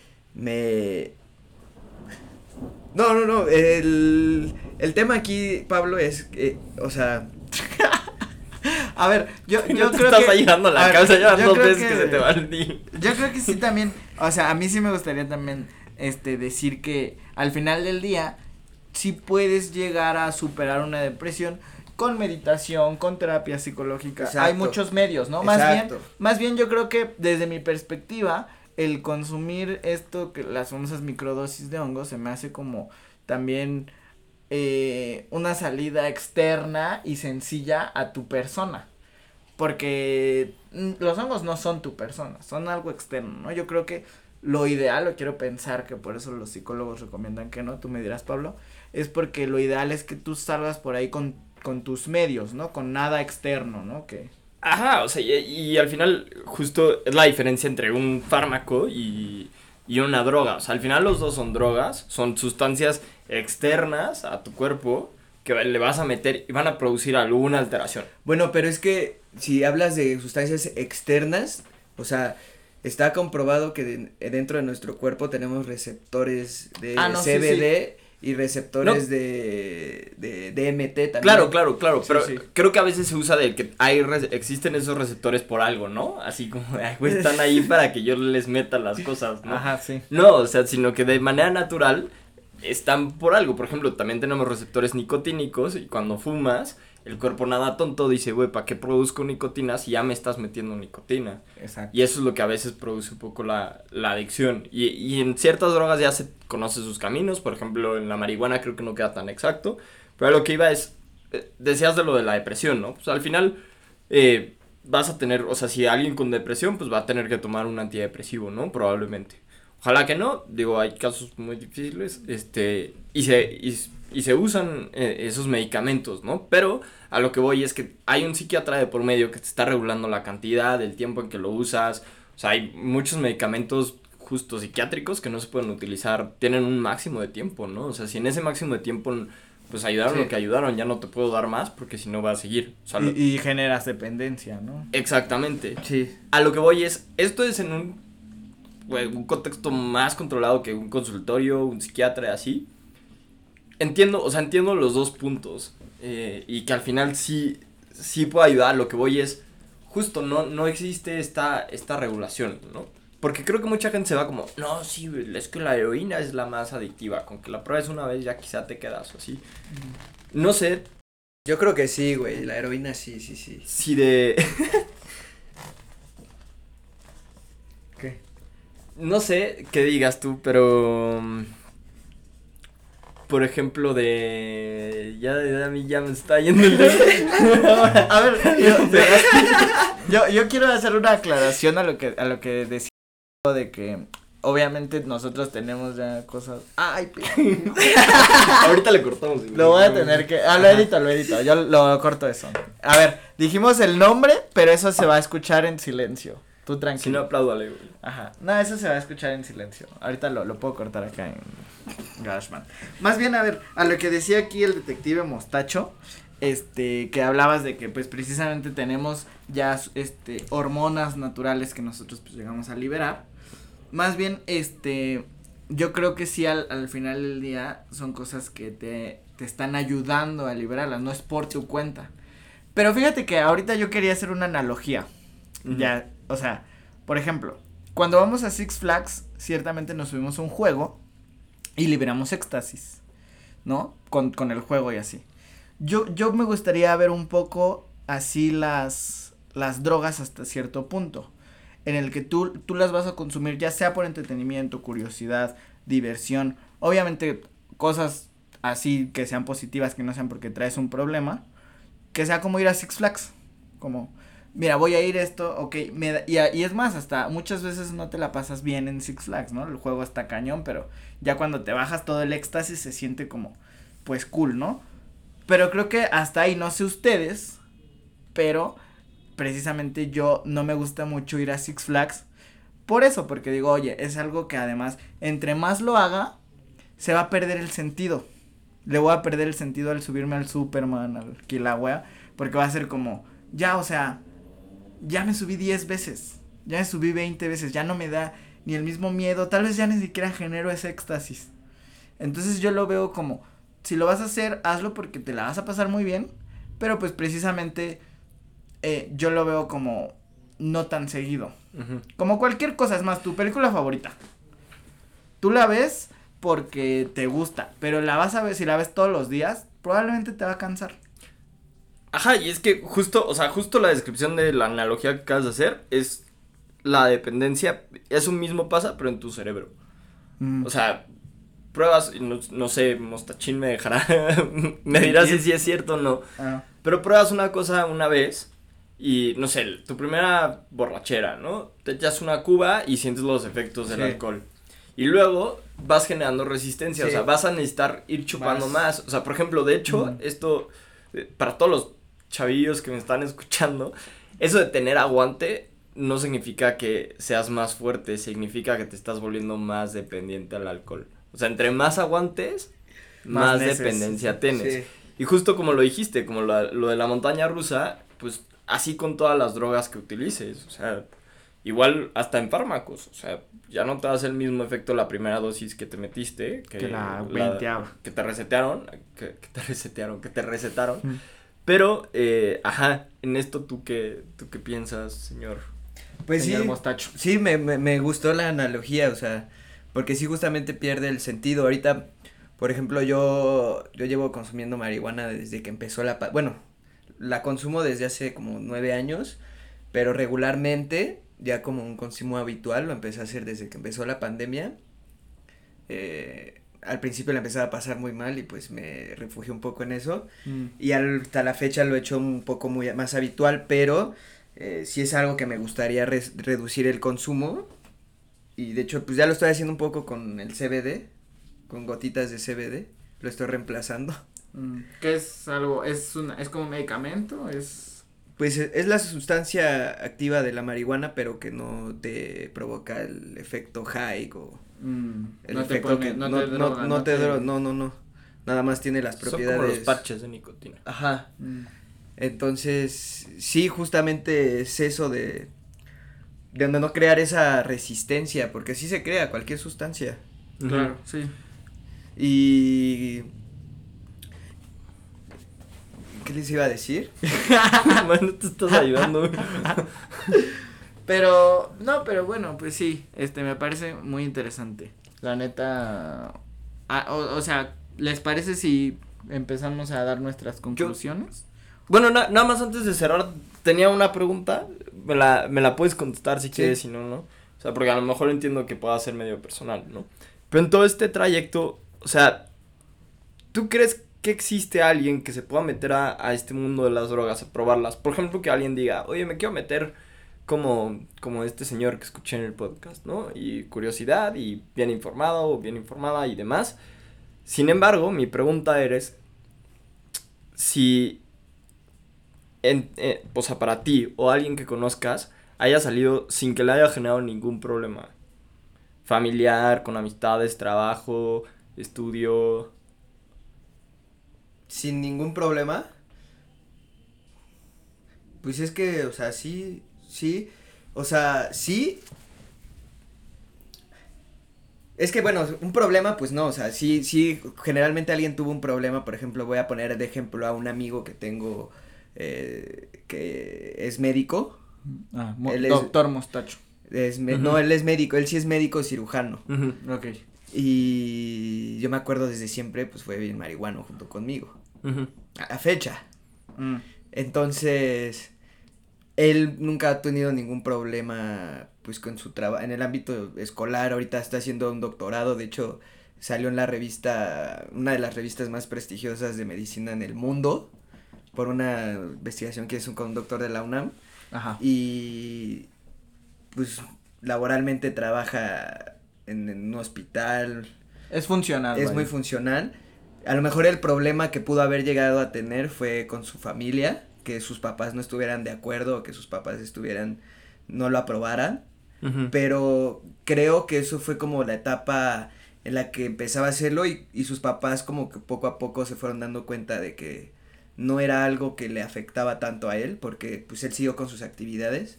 No, el tema aquí, Pablo, es que, o sea,
A ver, yo
No te
creo
estás
que...
ayudando la
a ver,
cabeza, ya
yo
dos
creo
veces que se te va el día.
Yo creo que sí también, o sea, a mí sí me gustaría también, decir que al final del día, sí puedes llegar a superar una depresión con meditación, con terapia psicológica.
Exacto.
Hay muchos medios, ¿no?
Exacto.
Más bien yo creo que desde mi perspectiva, el consumir esto, que las famosas microdosis de hongos, se me hace como también una salida externa y sencilla a tu persona. Porque los hongos no son tu persona, son algo externo, ¿no? Yo creo que lo ideal, o quiero pensar que por eso los psicólogos recomiendan que no, tú me dirás, Pablo, es porque lo ideal es que tú salgas por ahí con tus medios, ¿no? Con nada externo, ¿no? Que...
Ajá, o sea, y al final justo es la diferencia entre un fármaco y una droga. O sea, al final los dos son drogas, son sustancias externas a tu cuerpo que le vas a meter y van a producir alguna alteración.
bueno, pero es que si hablas de sustancias externas, o sea, está comprobado que dentro de nuestro cuerpo tenemos receptores de CBD y receptores de DMT también.
Claro,
Sí,
pero
sí.
creo que a veces se usa de que existen esos receptores por algo, ¿no? Así como, ay, güey, están ahí para que yo les meta las cosas, ¿no?
Ajá, sí.
No, o sea, sino que de manera natural están por algo. Por ejemplo, también tenemos receptores nicotínicos y cuando fumas, el cuerpo nada tonto dice, güey, ¿para qué produzco nicotina si ya me estás metiendo nicotina?
Exacto.
Y eso es lo que a veces produce un poco la adicción. Y en ciertas drogas ya se conoce sus caminos. Por ejemplo, en la marihuana creo que no queda tan exacto. Pero lo que iba es, decías de lo de la depresión, ¿no? Pues al final vas a tener, o sea, si alguien con depresión, pues va a tener que tomar un antidepresivo, ¿no? Probablemente. Ojalá que no, digo, hay casos muy difíciles, y se usan esos medicamentos, ¿no? Pero a lo que voy es que hay un psiquiatra de por medio que te está regulando la cantidad, el tiempo en que lo usas. O sea, hay muchos medicamentos justo psiquiátricos que no se pueden utilizar, tienen un máximo de tiempo, ¿no? O sea, si en ese máximo de tiempo, pues ayudaron lo que ayudaron, ya no te puedo dar más porque si no va a seguir. O sea,
y generas dependencia, ¿no?
Exactamente.
Sí.
A lo que voy es, esto es en un contexto más controlado que un consultorio, un psiquiatra, así. Entiendo los dos puntos, y que al final sí puede ayudar. Lo que voy es, justo no existe esta regulación, ¿no? Porque creo que mucha gente se va como, no, sí, es que la heroína es la más adictiva, con que la pruebes una vez ya quizá te quedas o así. No sé.
Yo creo que sí, güey, la heroína sí.
Si de...
¿Qué?
No sé qué digas tú, pero... Por ejemplo, ya a mí ya me está yendo el
A ver, yo quiero hacer una aclaración a lo que decía de que obviamente nosotros tenemos ya cosas. Ay,
ahorita le cortamos.
Lo voy a tener que. Lo edito. Yo lo corto eso. A ver, dijimos el nombre, pero eso se va a escuchar en silencio. Tú tranquilo.
Si no, apláudale, güey.
Ajá. No, eso se va a escuchar en silencio. Ahorita lo puedo cortar acá en GarageBand. Más bien, a ver, a lo que decía aquí el detective Mostacho, que hablabas de que pues precisamente tenemos ya hormonas naturales que nosotros pues llegamos a liberar. Más bien, yo creo que sí al final del día son cosas que te están ayudando a liberarlas, no es por tu cuenta. Pero fíjate que ahorita yo quería hacer una analogía. Uh-huh. Ya, o sea, por ejemplo, cuando vamos a Six Flags, ciertamente nos subimos a un juego y liberamos éxtasis, ¿no? Con el juego y así. Yo me gustaría ver un poco así las drogas hasta cierto punto, en el que tú las vas a consumir ya sea por entretenimiento, curiosidad, diversión, obviamente cosas así que sean positivas, que no sean porque traes un problema, que sea como ir a Six Flags, como, mira, voy a ir esto, ok, y es más, hasta muchas veces no te la pasas bien en Six Flags, ¿no? El juego está cañón, pero ya cuando te bajas todo el éxtasis se siente como, pues cool, ¿no? Pero creo que hasta ahí, no sé ustedes, pero precisamente yo no me gusta mucho ir a Six Flags por eso, porque digo, oye, es algo que además, entre más lo haga, se va a perder el sentido. Le voy a perder el sentido al subirme al Superman, al Kilauea, porque va a ser como, ya, o sea, ya me subí 10 veces, ya me subí 20 veces, ya no me da ni el mismo miedo, tal vez ya ni siquiera genero ese éxtasis. Entonces yo lo veo como, si lo vas a hacer, hazlo porque te la vas a pasar muy bien, pero pues precisamente yo lo veo como no tan seguido. Uh-huh. Como cualquier cosa, es más, tu película favorita. Tú la ves porque te gusta, pero la vas a ver, si la ves todos los días, probablemente te va a cansar.
Ajá, y es que justo la descripción de la analogía que acabas de hacer es la dependencia, eso mismo pasa, pero en tu cerebro. O sea, pruebas, no sé, Mostachín me dejará, me dirá si es cierto o no, pero pruebas una cosa una vez y, no sé, tu primera borrachera, ¿no? Te echas una cuba y sientes los efectos del alcohol. Y luego vas generando resistencia, o sea, vas a necesitar ir chupando más. O sea, por ejemplo, de hecho, esto, para todos los chavillos que me están escuchando, eso de tener aguante no significa que seas más fuerte, significa que te estás volviendo más dependiente al alcohol. O sea, entre más aguantes, más dependencia tienes. Sí. Y justo como lo dijiste, como lo de la montaña rusa, pues así con todas las drogas que utilices, o sea, igual hasta en fármacos, o sea, ya no te hace el mismo efecto la primera dosis que te metiste, que te recetaron, que te recetaron, pero, en esto ¿tú qué piensas, señor?
Pues
señor
sí,
Mostacho.
Sí, me gustó la analogía, o sea, porque sí justamente pierde el sentido. Ahorita, Por ejemplo, yo llevo consumiendo marihuana desde que empezó bueno, la consumo desde hace como 9 años, pero regularmente, ya como un consumo habitual, lo empecé a hacer desde que empezó la pandemia. Al principio la empezaba a pasar muy mal y pues me refugié un poco en eso. Y hasta la fecha lo he hecho un poco más habitual, pero sí es algo que me gustaría reducir el consumo. Y de hecho pues ya lo estoy haciendo un poco con el CBD, con gotitas de CBD, lo estoy reemplazando.
¿Qué es algo? ¿Es como un medicamento?
Pues es la sustancia activa de la marihuana, pero que no te provoca el efecto high o el
no te
efecto
pone,
que
no te droga,
no. Nada más tiene las propiedades.
Son como los parches de nicotina.
Ajá. Entonces, sí, justamente es eso de no crear esa resistencia, porque sí se crea cualquier sustancia.
Claro, sí.
Y ¿qué les iba a decir?
Bueno, te estás ayudando.
Pero bueno, pues sí, me parece muy interesante. La neta, o sea, ¿les parece si empezamos a dar nuestras conclusiones?
Bueno, nada más antes de cerrar, tenía una pregunta, me la puedes contestar si quieres, si no, ¿no? O sea, porque a lo mejor entiendo que pueda ser medio personal, ¿no? Pero en todo este trayecto, o sea, ¿tú crees que existe alguien que se pueda meter a este mundo de las drogas, a probarlas? Por ejemplo, que alguien diga, oye, me quiero meter como este señor que escuché en el podcast, ¿no? Y curiosidad, y bien informado o bien informada y demás. Sin embargo, mi pregunta es si, o sea, para ti o alguien que conozcas, haya salido sin que le haya generado ningún problema familiar, con amistades, trabajo, estudio.
Sin ningún problema. Pues es que, o sea, sí, o sea, sí. Es que bueno, un problema, pues no, o sea, sí, generalmente alguien tuvo un problema, por ejemplo, voy a poner de ejemplo a un amigo que tengo, que es médico.
Doctor Mostacho.
No, él es médico, él sí es médico cirujano.
Ok.
Y yo me acuerdo desde siempre, pues fue bien marihuano junto conmigo. A la fecha. Entonces, él nunca ha tenido ningún problema pues con su trabajo, en el ámbito escolar. Ahorita está haciendo un doctorado, de hecho salió en la revista, una de las revistas más prestigiosas de medicina en el mundo, por una investigación que hizo con un doctor de la UNAM.
Ajá.
Y pues laboralmente trabaja en un hospital.
Es funcional.
Es muy funcional. A lo mejor el problema que pudo haber llegado a tener fue con su familia, que sus papás no estuvieran de acuerdo, o que sus papás no lo aprobaran. Pero creo que eso fue como la etapa en la que empezaba a hacerlo y sus papás como que poco a poco se fueron dando cuenta de que no era algo que le afectaba tanto a él, porque pues él siguió con sus actividades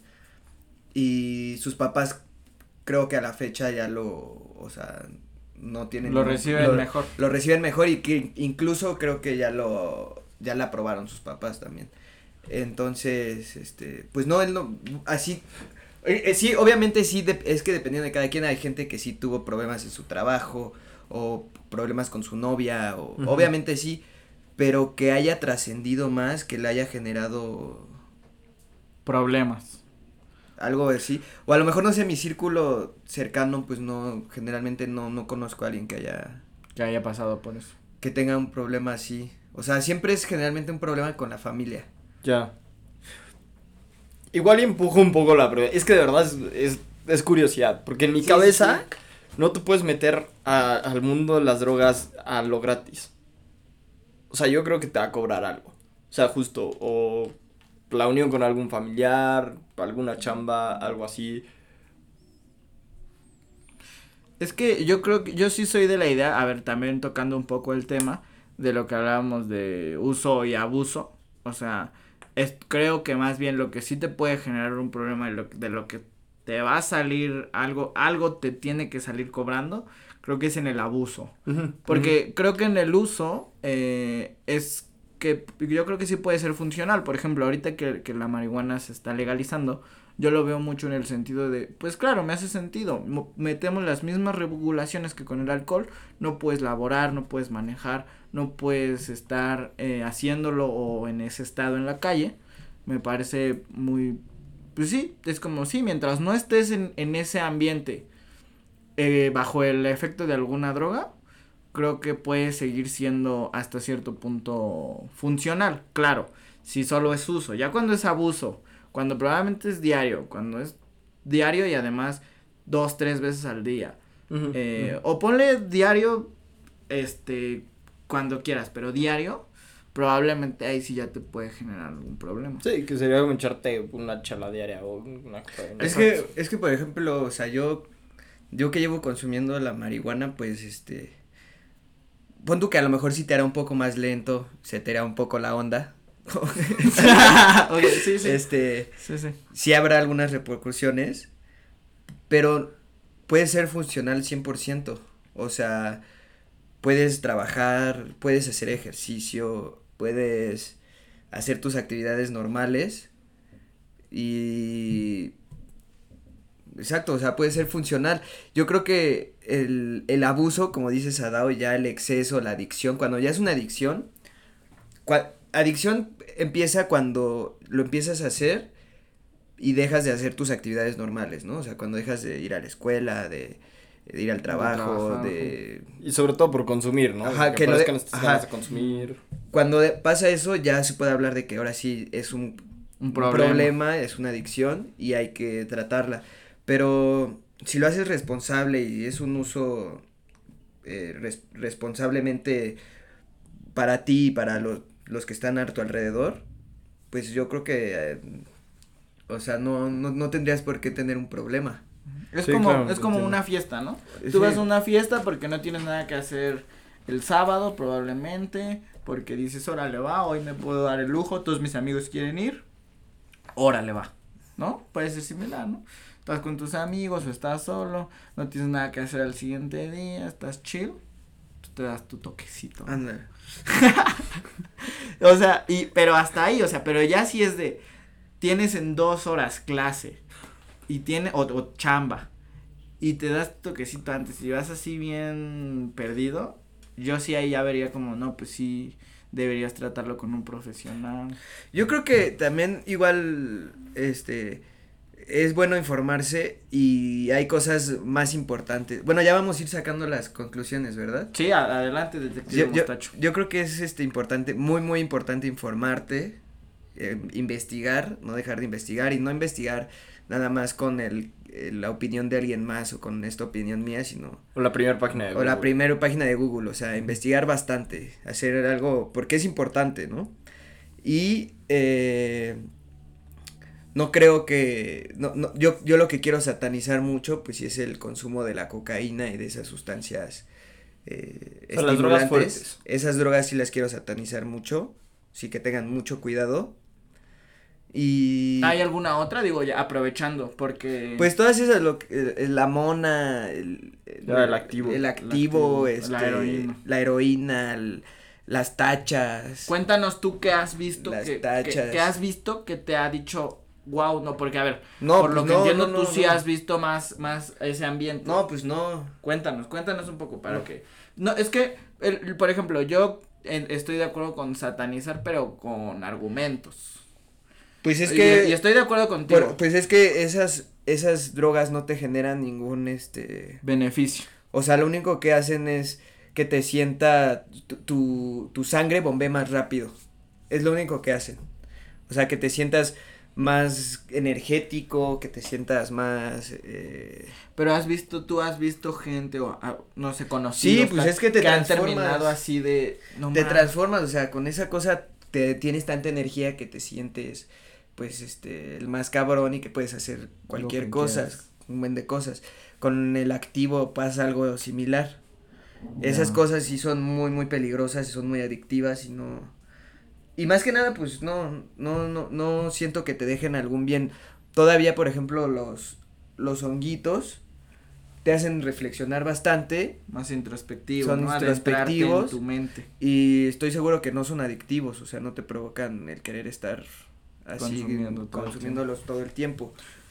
y sus papás creo que a la fecha ya o sea, no tienen.
Lo reciben mejor.
Lo reciben mejor y que incluso creo que ya la aprobaron sus papás también. Entonces, pues no, él no, así. Sí, obviamente sí, es que dependiendo de cada quien, hay gente que sí tuvo problemas en su trabajo o problemas con su novia, o obviamente sí, pero que haya trascendido más, que le haya generado
problemas.
Algo así, o a lo mejor no sé, mi círculo cercano, pues no, generalmente no conozco a alguien que haya
pasado por eso.
Que tenga un problema así, o sea, siempre es generalmente un problema con la familia.
Ya. Igual empujo un poco la pregunta. Es que de verdad es curiosidad. Porque en mi cabeza no te puedes meter al mundo de las drogas a lo gratis. O sea, yo creo que te va a cobrar algo. O sea, justo. O la unión con algún familiar, alguna chamba, algo así.
Es que yo creo que yo sí soy de la idea, a ver, también tocando un poco el tema de lo que hablábamos de uso y abuso. O sea, creo que más bien lo que sí te puede generar un problema de lo que te va a salir algo te tiene que salir cobrando, creo que es en el abuso. Porque creo que en el uso es que yo creo que sí puede ser funcional. Por ejemplo, ahorita que la marihuana se está legalizando, yo lo veo mucho en el sentido de, pues claro, me hace sentido, metemos las mismas regulaciones que con el alcohol, no puedes laborar, no puedes manejar, no puedes estar haciéndolo o en ese estado en la calle, me parece muy, pues sí, es como sí, mientras no estés en ese ambiente bajo el efecto de alguna droga, creo que puede seguir siendo hasta cierto punto funcional, claro, si solo es uso, ya cuando es abuso, cuando probablemente es diario, cuando es diario y además 2-3 veces al día, o ponle diario, cuando quieras, pero diario, probablemente ahí sí ya te puede generar algún problema.
Sí, que sería como echarte una charla diaria o una cosa.
Es que por ejemplo, o sea, yo que llevo consumiendo la marihuana, pues pon tú que a lo mejor sí te hará un poco más lento, se te hará un poco la onda.
Okay, sí, sí.
Sí habrá algunas repercusiones, pero puede ser funcional 100%. O sea, puedes trabajar, puedes hacer ejercicio, puedes hacer tus actividades normales y exacto, o sea, puede ser funcional. Yo creo que el abuso, como dice Sadao, ya el exceso, la adicción, cuando ya es una adicción, adicción empieza cuando lo empiezas a hacer y dejas de hacer tus actividades normales, ¿no? O sea, cuando dejas de ir a la escuela, de ir al trabajo,
y sobre todo por consumir, ¿no?
Ajá,
que parezcan estas ganas de consumir.
Cuando pasa eso, ya se puede hablar de que ahora sí es un problema, es una adicción y hay que tratarla. Pero si lo haces responsable y es un uso responsablemente para ti y para los que están a tu alrededor, pues yo creo que, o sea, no tendrías por qué tener un problema.
Es como una fiesta, ¿no? Tú vas a una fiesta porque no tienes nada que hacer el sábado probablemente, porque dices, órale va, hoy me puedo dar el lujo, todos mis amigos quieren ir, órale va, ¿no? Puede ser similar, ¿no? Estás con tus amigos o estás solo, no tienes nada que hacer al siguiente día, estás chill, tú te das tu toquecito, ¿no?
Anda.
O sea, pero hasta ahí, o sea, pero ya si es de, tienes en 2 horas clase, y o chamba, y te das tu toquecito antes, y vas así bien perdido, yo sí ahí ya vería como, no, pues sí, deberías tratarlo con un profesional.
Yo creo que también igual, es bueno informarse y hay cosas más importantes. Bueno, ya vamos a ir sacando las conclusiones, ¿verdad?
Sí, adelante, detective Mostacho.
Yo creo que es importante, muy muy importante informarte, investigar, no dejar de investigar y no investigar nada más con la opinión de alguien más o con esta opinión mía, sino
o la primera página de Google.
O la primera página de Google, o sea, investigar bastante, hacer algo porque es importante, ¿no? Y no creo que, yo lo que quiero satanizar mucho, pues sí es el consumo de la cocaína y de esas sustancias estimulantes.
Las drogas fuertes.
Esas drogas sí las quiero satanizar mucho, sí que tengan mucho cuidado. Y
¿Hay alguna otra? Digo, ya aprovechando, porque
pues todas esas, la mona, el
activo,
la heroína, las tachas.
Cuéntanos tú qué has visto,
tachas.
que has visto que te ha dicho, wow, no, porque a ver,
no,
por
pues
lo que entiendo tú sí has visto más ese ambiente.
No, pues no.
Cuéntanos un poco para que, no, es que, por ejemplo, yo estoy de acuerdo con satanizar, pero con argumentos.
Pues es que.
Y estoy de acuerdo contigo.
Pues es que esas drogas no te generan ningún
beneficio.
O sea, lo único que hacen es que te sienta tu sangre bombee más rápido. Es lo único que hacen. O sea, que te sientas más energético, que te sientas más
Pero tú has visto gente o no sé, conocidos.
Sí, pues es que te transformas.
Han terminado así de
transformas, o sea, con esa cosa tienes tanta energía que te sientes pues el más cabrón y que puedes hacer cualquier cosa, un buen de cosas. Con el activo pasa algo similar. Esas cosas sí son muy muy peligrosas y son muy adictivas y más que nada pues no siento que te dejen algún bien. Todavía, por ejemplo, los honguitos te hacen reflexionar bastante.
Más introspectivos,
son introspectivos
en tu mente.
Y estoy seguro que no son adictivos, o sea, no te provocan el querer estar así consumiéndolos todo el tiempo.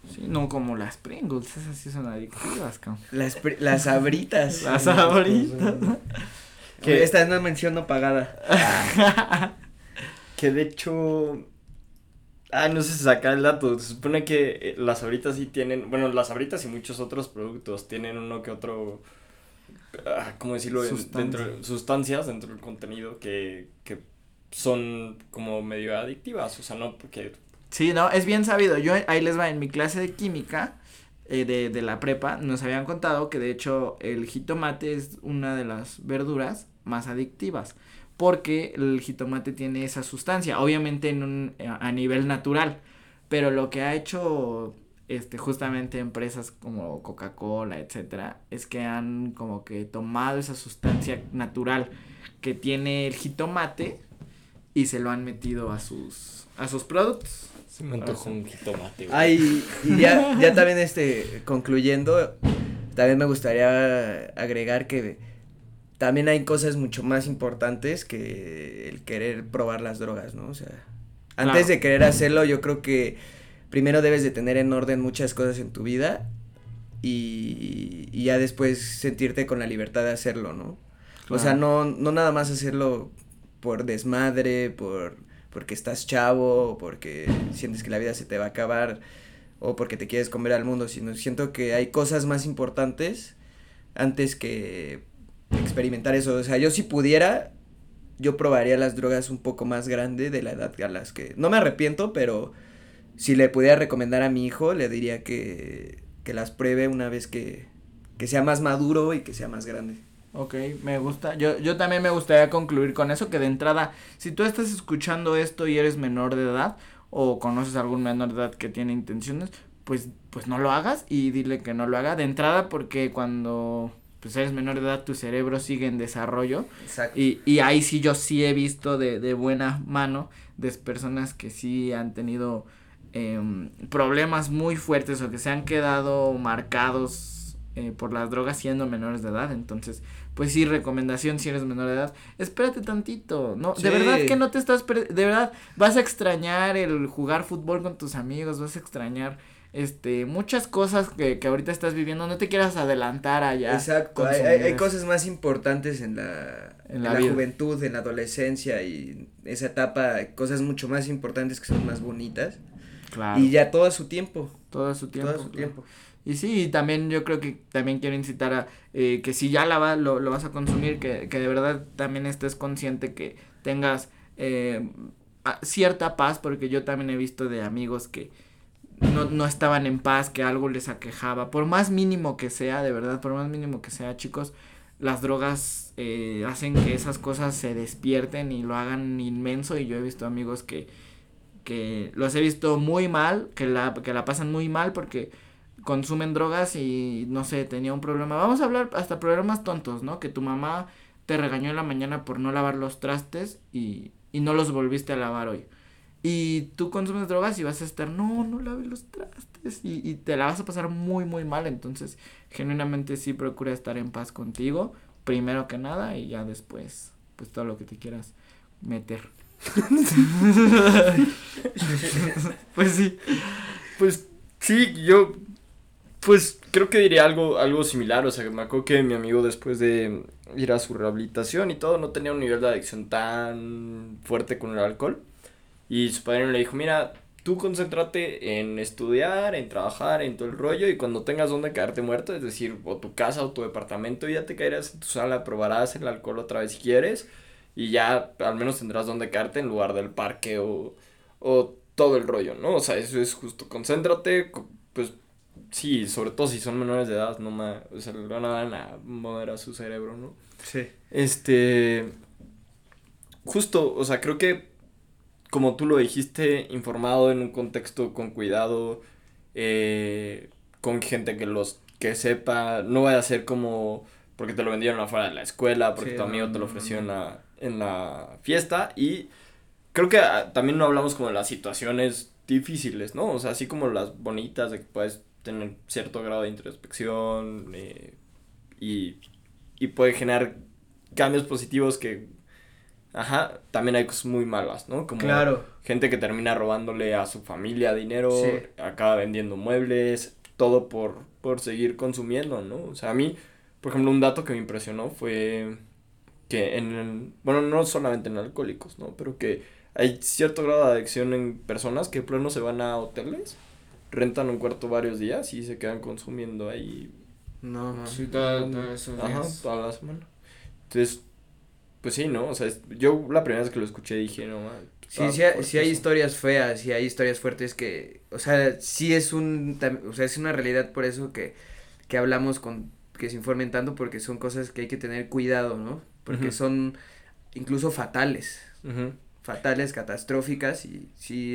Sí, no como las Pringles, esas sí son adictivas, cabrón.
Las Sabritas.
Las Sabritas.
Que esta es una mención no pagada.
Que de hecho... no sé si saca el dato. Se supone que las Sabritas sí tienen... Bueno, las Sabritas y muchos otros productos tienen uno que otro... ¿cómo decirlo? Sustancias dentro del contenido que son como medio adictivas. O sea, no porque...
Sí, no, es bien sabido. Yo, ahí les va, en mi clase de química de la prepa, nos habían contado que de hecho el jitomate es una de las verduras más adictivas. Porque el jitomate tiene esa sustancia, obviamente a nivel natural. Pero lo que ha hecho justamente empresas como Coca-Cola, etcétera, es que han como que tomado esa sustancia natural que tiene el jitomate y se lo han metido a sus productos.
Se me antojó un jitomate, güey.
Ay, y ya también concluyendo, también me gustaría agregar que también hay cosas mucho más importantes que el querer probar las drogas, ¿no? O sea, antes de querer hacerlo, yo creo que primero debes de tener en orden muchas cosas en tu vida y ya después sentirte con la libertad de hacerlo, ¿no? Claro. O sea, no nada más hacerlo por desmadre, porque estás chavo, o porque sientes que la vida se te va a acabar, o porque te quieres comer al mundo, sino siento que hay cosas más importantes antes que experimentar eso. O sea, yo si pudiera, yo probaría las drogas un poco más grande de la edad a las que... No me arrepiento, pero si le pudiera recomendar a mi hijo, le diría que las pruebe una vez que sea más maduro y que sea más grande.
Ok, me gusta. Yo también me gustaría concluir con eso, que de entrada, si tú estás escuchando esto y eres menor de edad, o conoces a algún menor de edad que tiene intenciones, pues no lo hagas y dile que no lo haga de entrada, porque cuando pues eres menor de edad tu cerebro sigue en desarrollo.
Exacto.
Y ahí sí yo sí he visto de buena mano de personas que sí han tenido problemas muy fuertes o que se han quedado marcados por las drogas siendo menores de edad. Entonces, pues sí, recomendación si eres menor de edad, espérate tantito, no, sí. De verdad que no te estás, de verdad vas a extrañar el jugar fútbol con tus amigos, vas a extrañar muchas cosas que ahorita estás viviendo, no te quieras adelantar allá.
Exacto, hay cosas más importantes en la juventud, en la adolescencia y esa etapa, cosas mucho más importantes que son más bonitas.
Claro.
Y ya todo a su tiempo.
Todo a su tiempo. Y sí, también yo creo que también quiero incitar a que si ya lo vas a consumir, que de verdad también estés consciente que tengas cierta paz, porque yo también he visto de amigos que no estaban en paz, que algo les aquejaba, por más mínimo que sea, de verdad, por más mínimo que sea, chicos, las drogas hacen que esas cosas se despierten y lo hagan inmenso, y yo he visto amigos que los he visto muy mal, que la pasan muy mal porque consumen drogas y no sé, tenía un problema, vamos a hablar hasta problemas tontos, ¿no? Que tu mamá te regañó en la mañana por no lavar los trastes y no los volviste a lavar hoy. Y tú consumes drogas y vas a estar, no laves los trastes y te la vas a pasar muy, muy mal. Entonces, genuinamente sí procura estar en paz contigo, primero que nada, y ya después, pues todo lo que te quieras meter. Pues sí.
Pues sí, yo pues creo que diría algo similar. O sea, me acuerdo que mi amigo, después de ir a su rehabilitación y todo, no tenía un nivel de adicción tan fuerte con el alcohol. Y su padre le dijo, mira, tú concéntrate en estudiar, en trabajar, en todo el rollo, y cuando tengas donde quedarte muerto, es decir, o tu casa o tu departamento, ya te caerás en tu sala, probarás el alcohol otra vez si quieres, y ya al menos tendrás donde quedarte en lugar del parque o todo el rollo, ¿no? O sea, eso es justo, concéntrate, pues sí, sobre todo si son menores de edad, o sea, le van a dar a moderar su cerebro, ¿no?
Sí.
Justo, o sea, creo que como tú lo dijiste, informado en un contexto con cuidado, con gente que sepa, no vaya a ser como porque te lo vendieron afuera de la escuela, porque tu amigo te lo ofreció en la fiesta. Y creo que también no hablamos como de las situaciones difíciles, ¿no? O sea, así como las bonitas, de que puedes tener cierto grado de introspección y puede generar cambios positivos que Ajá, también hay cosas muy malas, ¿no? Como
Claro.
gente que termina robándole a su familia dinero,
Sí.
acaba vendiendo muebles, todo por seguir consumiendo, ¿no? O sea, a mí, por ejemplo, un dato que me impresionó fue que bueno, no solamente en alcohólicos, ¿no? Pero que hay cierto grado de adicción en personas que de plano se van a hoteles, rentan un cuarto varios días y se quedan consumiendo ahí,
No.
Sí, todo eso.
ajá, toda la semana. Entonces, pues sí, ¿no? O sea, yo la primera vez que lo escuché dije, no, man,
Sí, sí hay historias feas, sí hay historias fuertes que, o sea, sí es o sea, es una realidad por eso que hablamos que se informen tanto porque son cosas que hay que tener cuidado, ¿no? Porque
Ujú.
son incluso fatales,
Ujú.
catastróficas y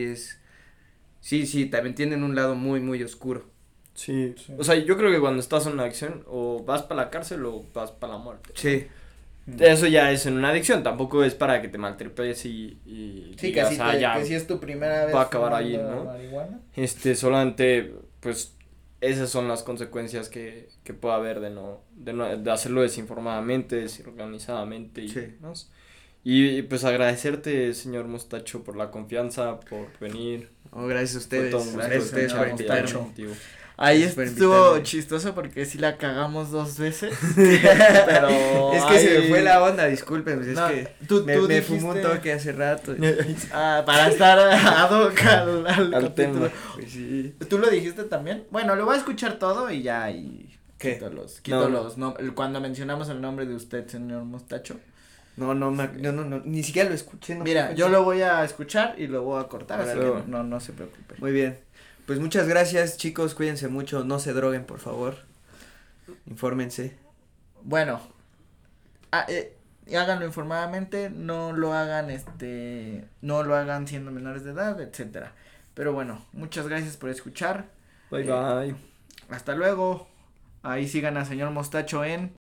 sí, también tienen un lado muy, muy oscuro.
Sí.
Sí.
O sea, yo creo que cuando estás en una adicción, o vas para la cárcel o vas para la muerte.
Sí,
Eso ya es en una adicción, tampoco es para que te maltripes y
Sí,
digas,
que,
ah, ya,
que si es tu primera vez
va a acabar ahí,
fumando
¿no?
marihuana.
Solamente, pues, esas son las consecuencias que puede haber de hacerlo desinformadamente, desorganizadamente y
Sí.
demás. Y pues agradecerte, señor Mostacho, por la confianza, por venir.
gracias a
Fue
ustedes,
todo un gusto
gracias a ustedes por
señor
invitarme.
Mostacho.
contigo.
Ahí
Gracias por
estuvo
invitarme.
chistoso porque sí la cagamos 2 veces. Pero.
Es que se me
ahí-
fue la onda, disculpen, pues
No,
es que
tú
me fumó un
dijiste-
toque hace rato.
Para estar ad hoc al
Al
capítulo.
tema.
Pues sí.
¿Tú lo dijiste también? Bueno, lo voy a escuchar todo y ya y
¿Qué?
quito
No.
los cuando mencionamos el nombre de usted, señor Mostacho.
No, ni siquiera lo escuché. No
Mira,
fue
yo
cuenta.
lo voy a escuchar y lo voy a cortar, así
Órale.
que no se preocupe.
Muy bien. Pues muchas gracias, chicos, cuídense mucho, no se droguen, por favor. Infórmense.
Bueno, y háganlo informadamente, no lo hagan siendo menores de edad, etcétera. Pero bueno, muchas gracias por escuchar.
Bye bye.
Hasta luego. Ahí sigan a señor Mostacho en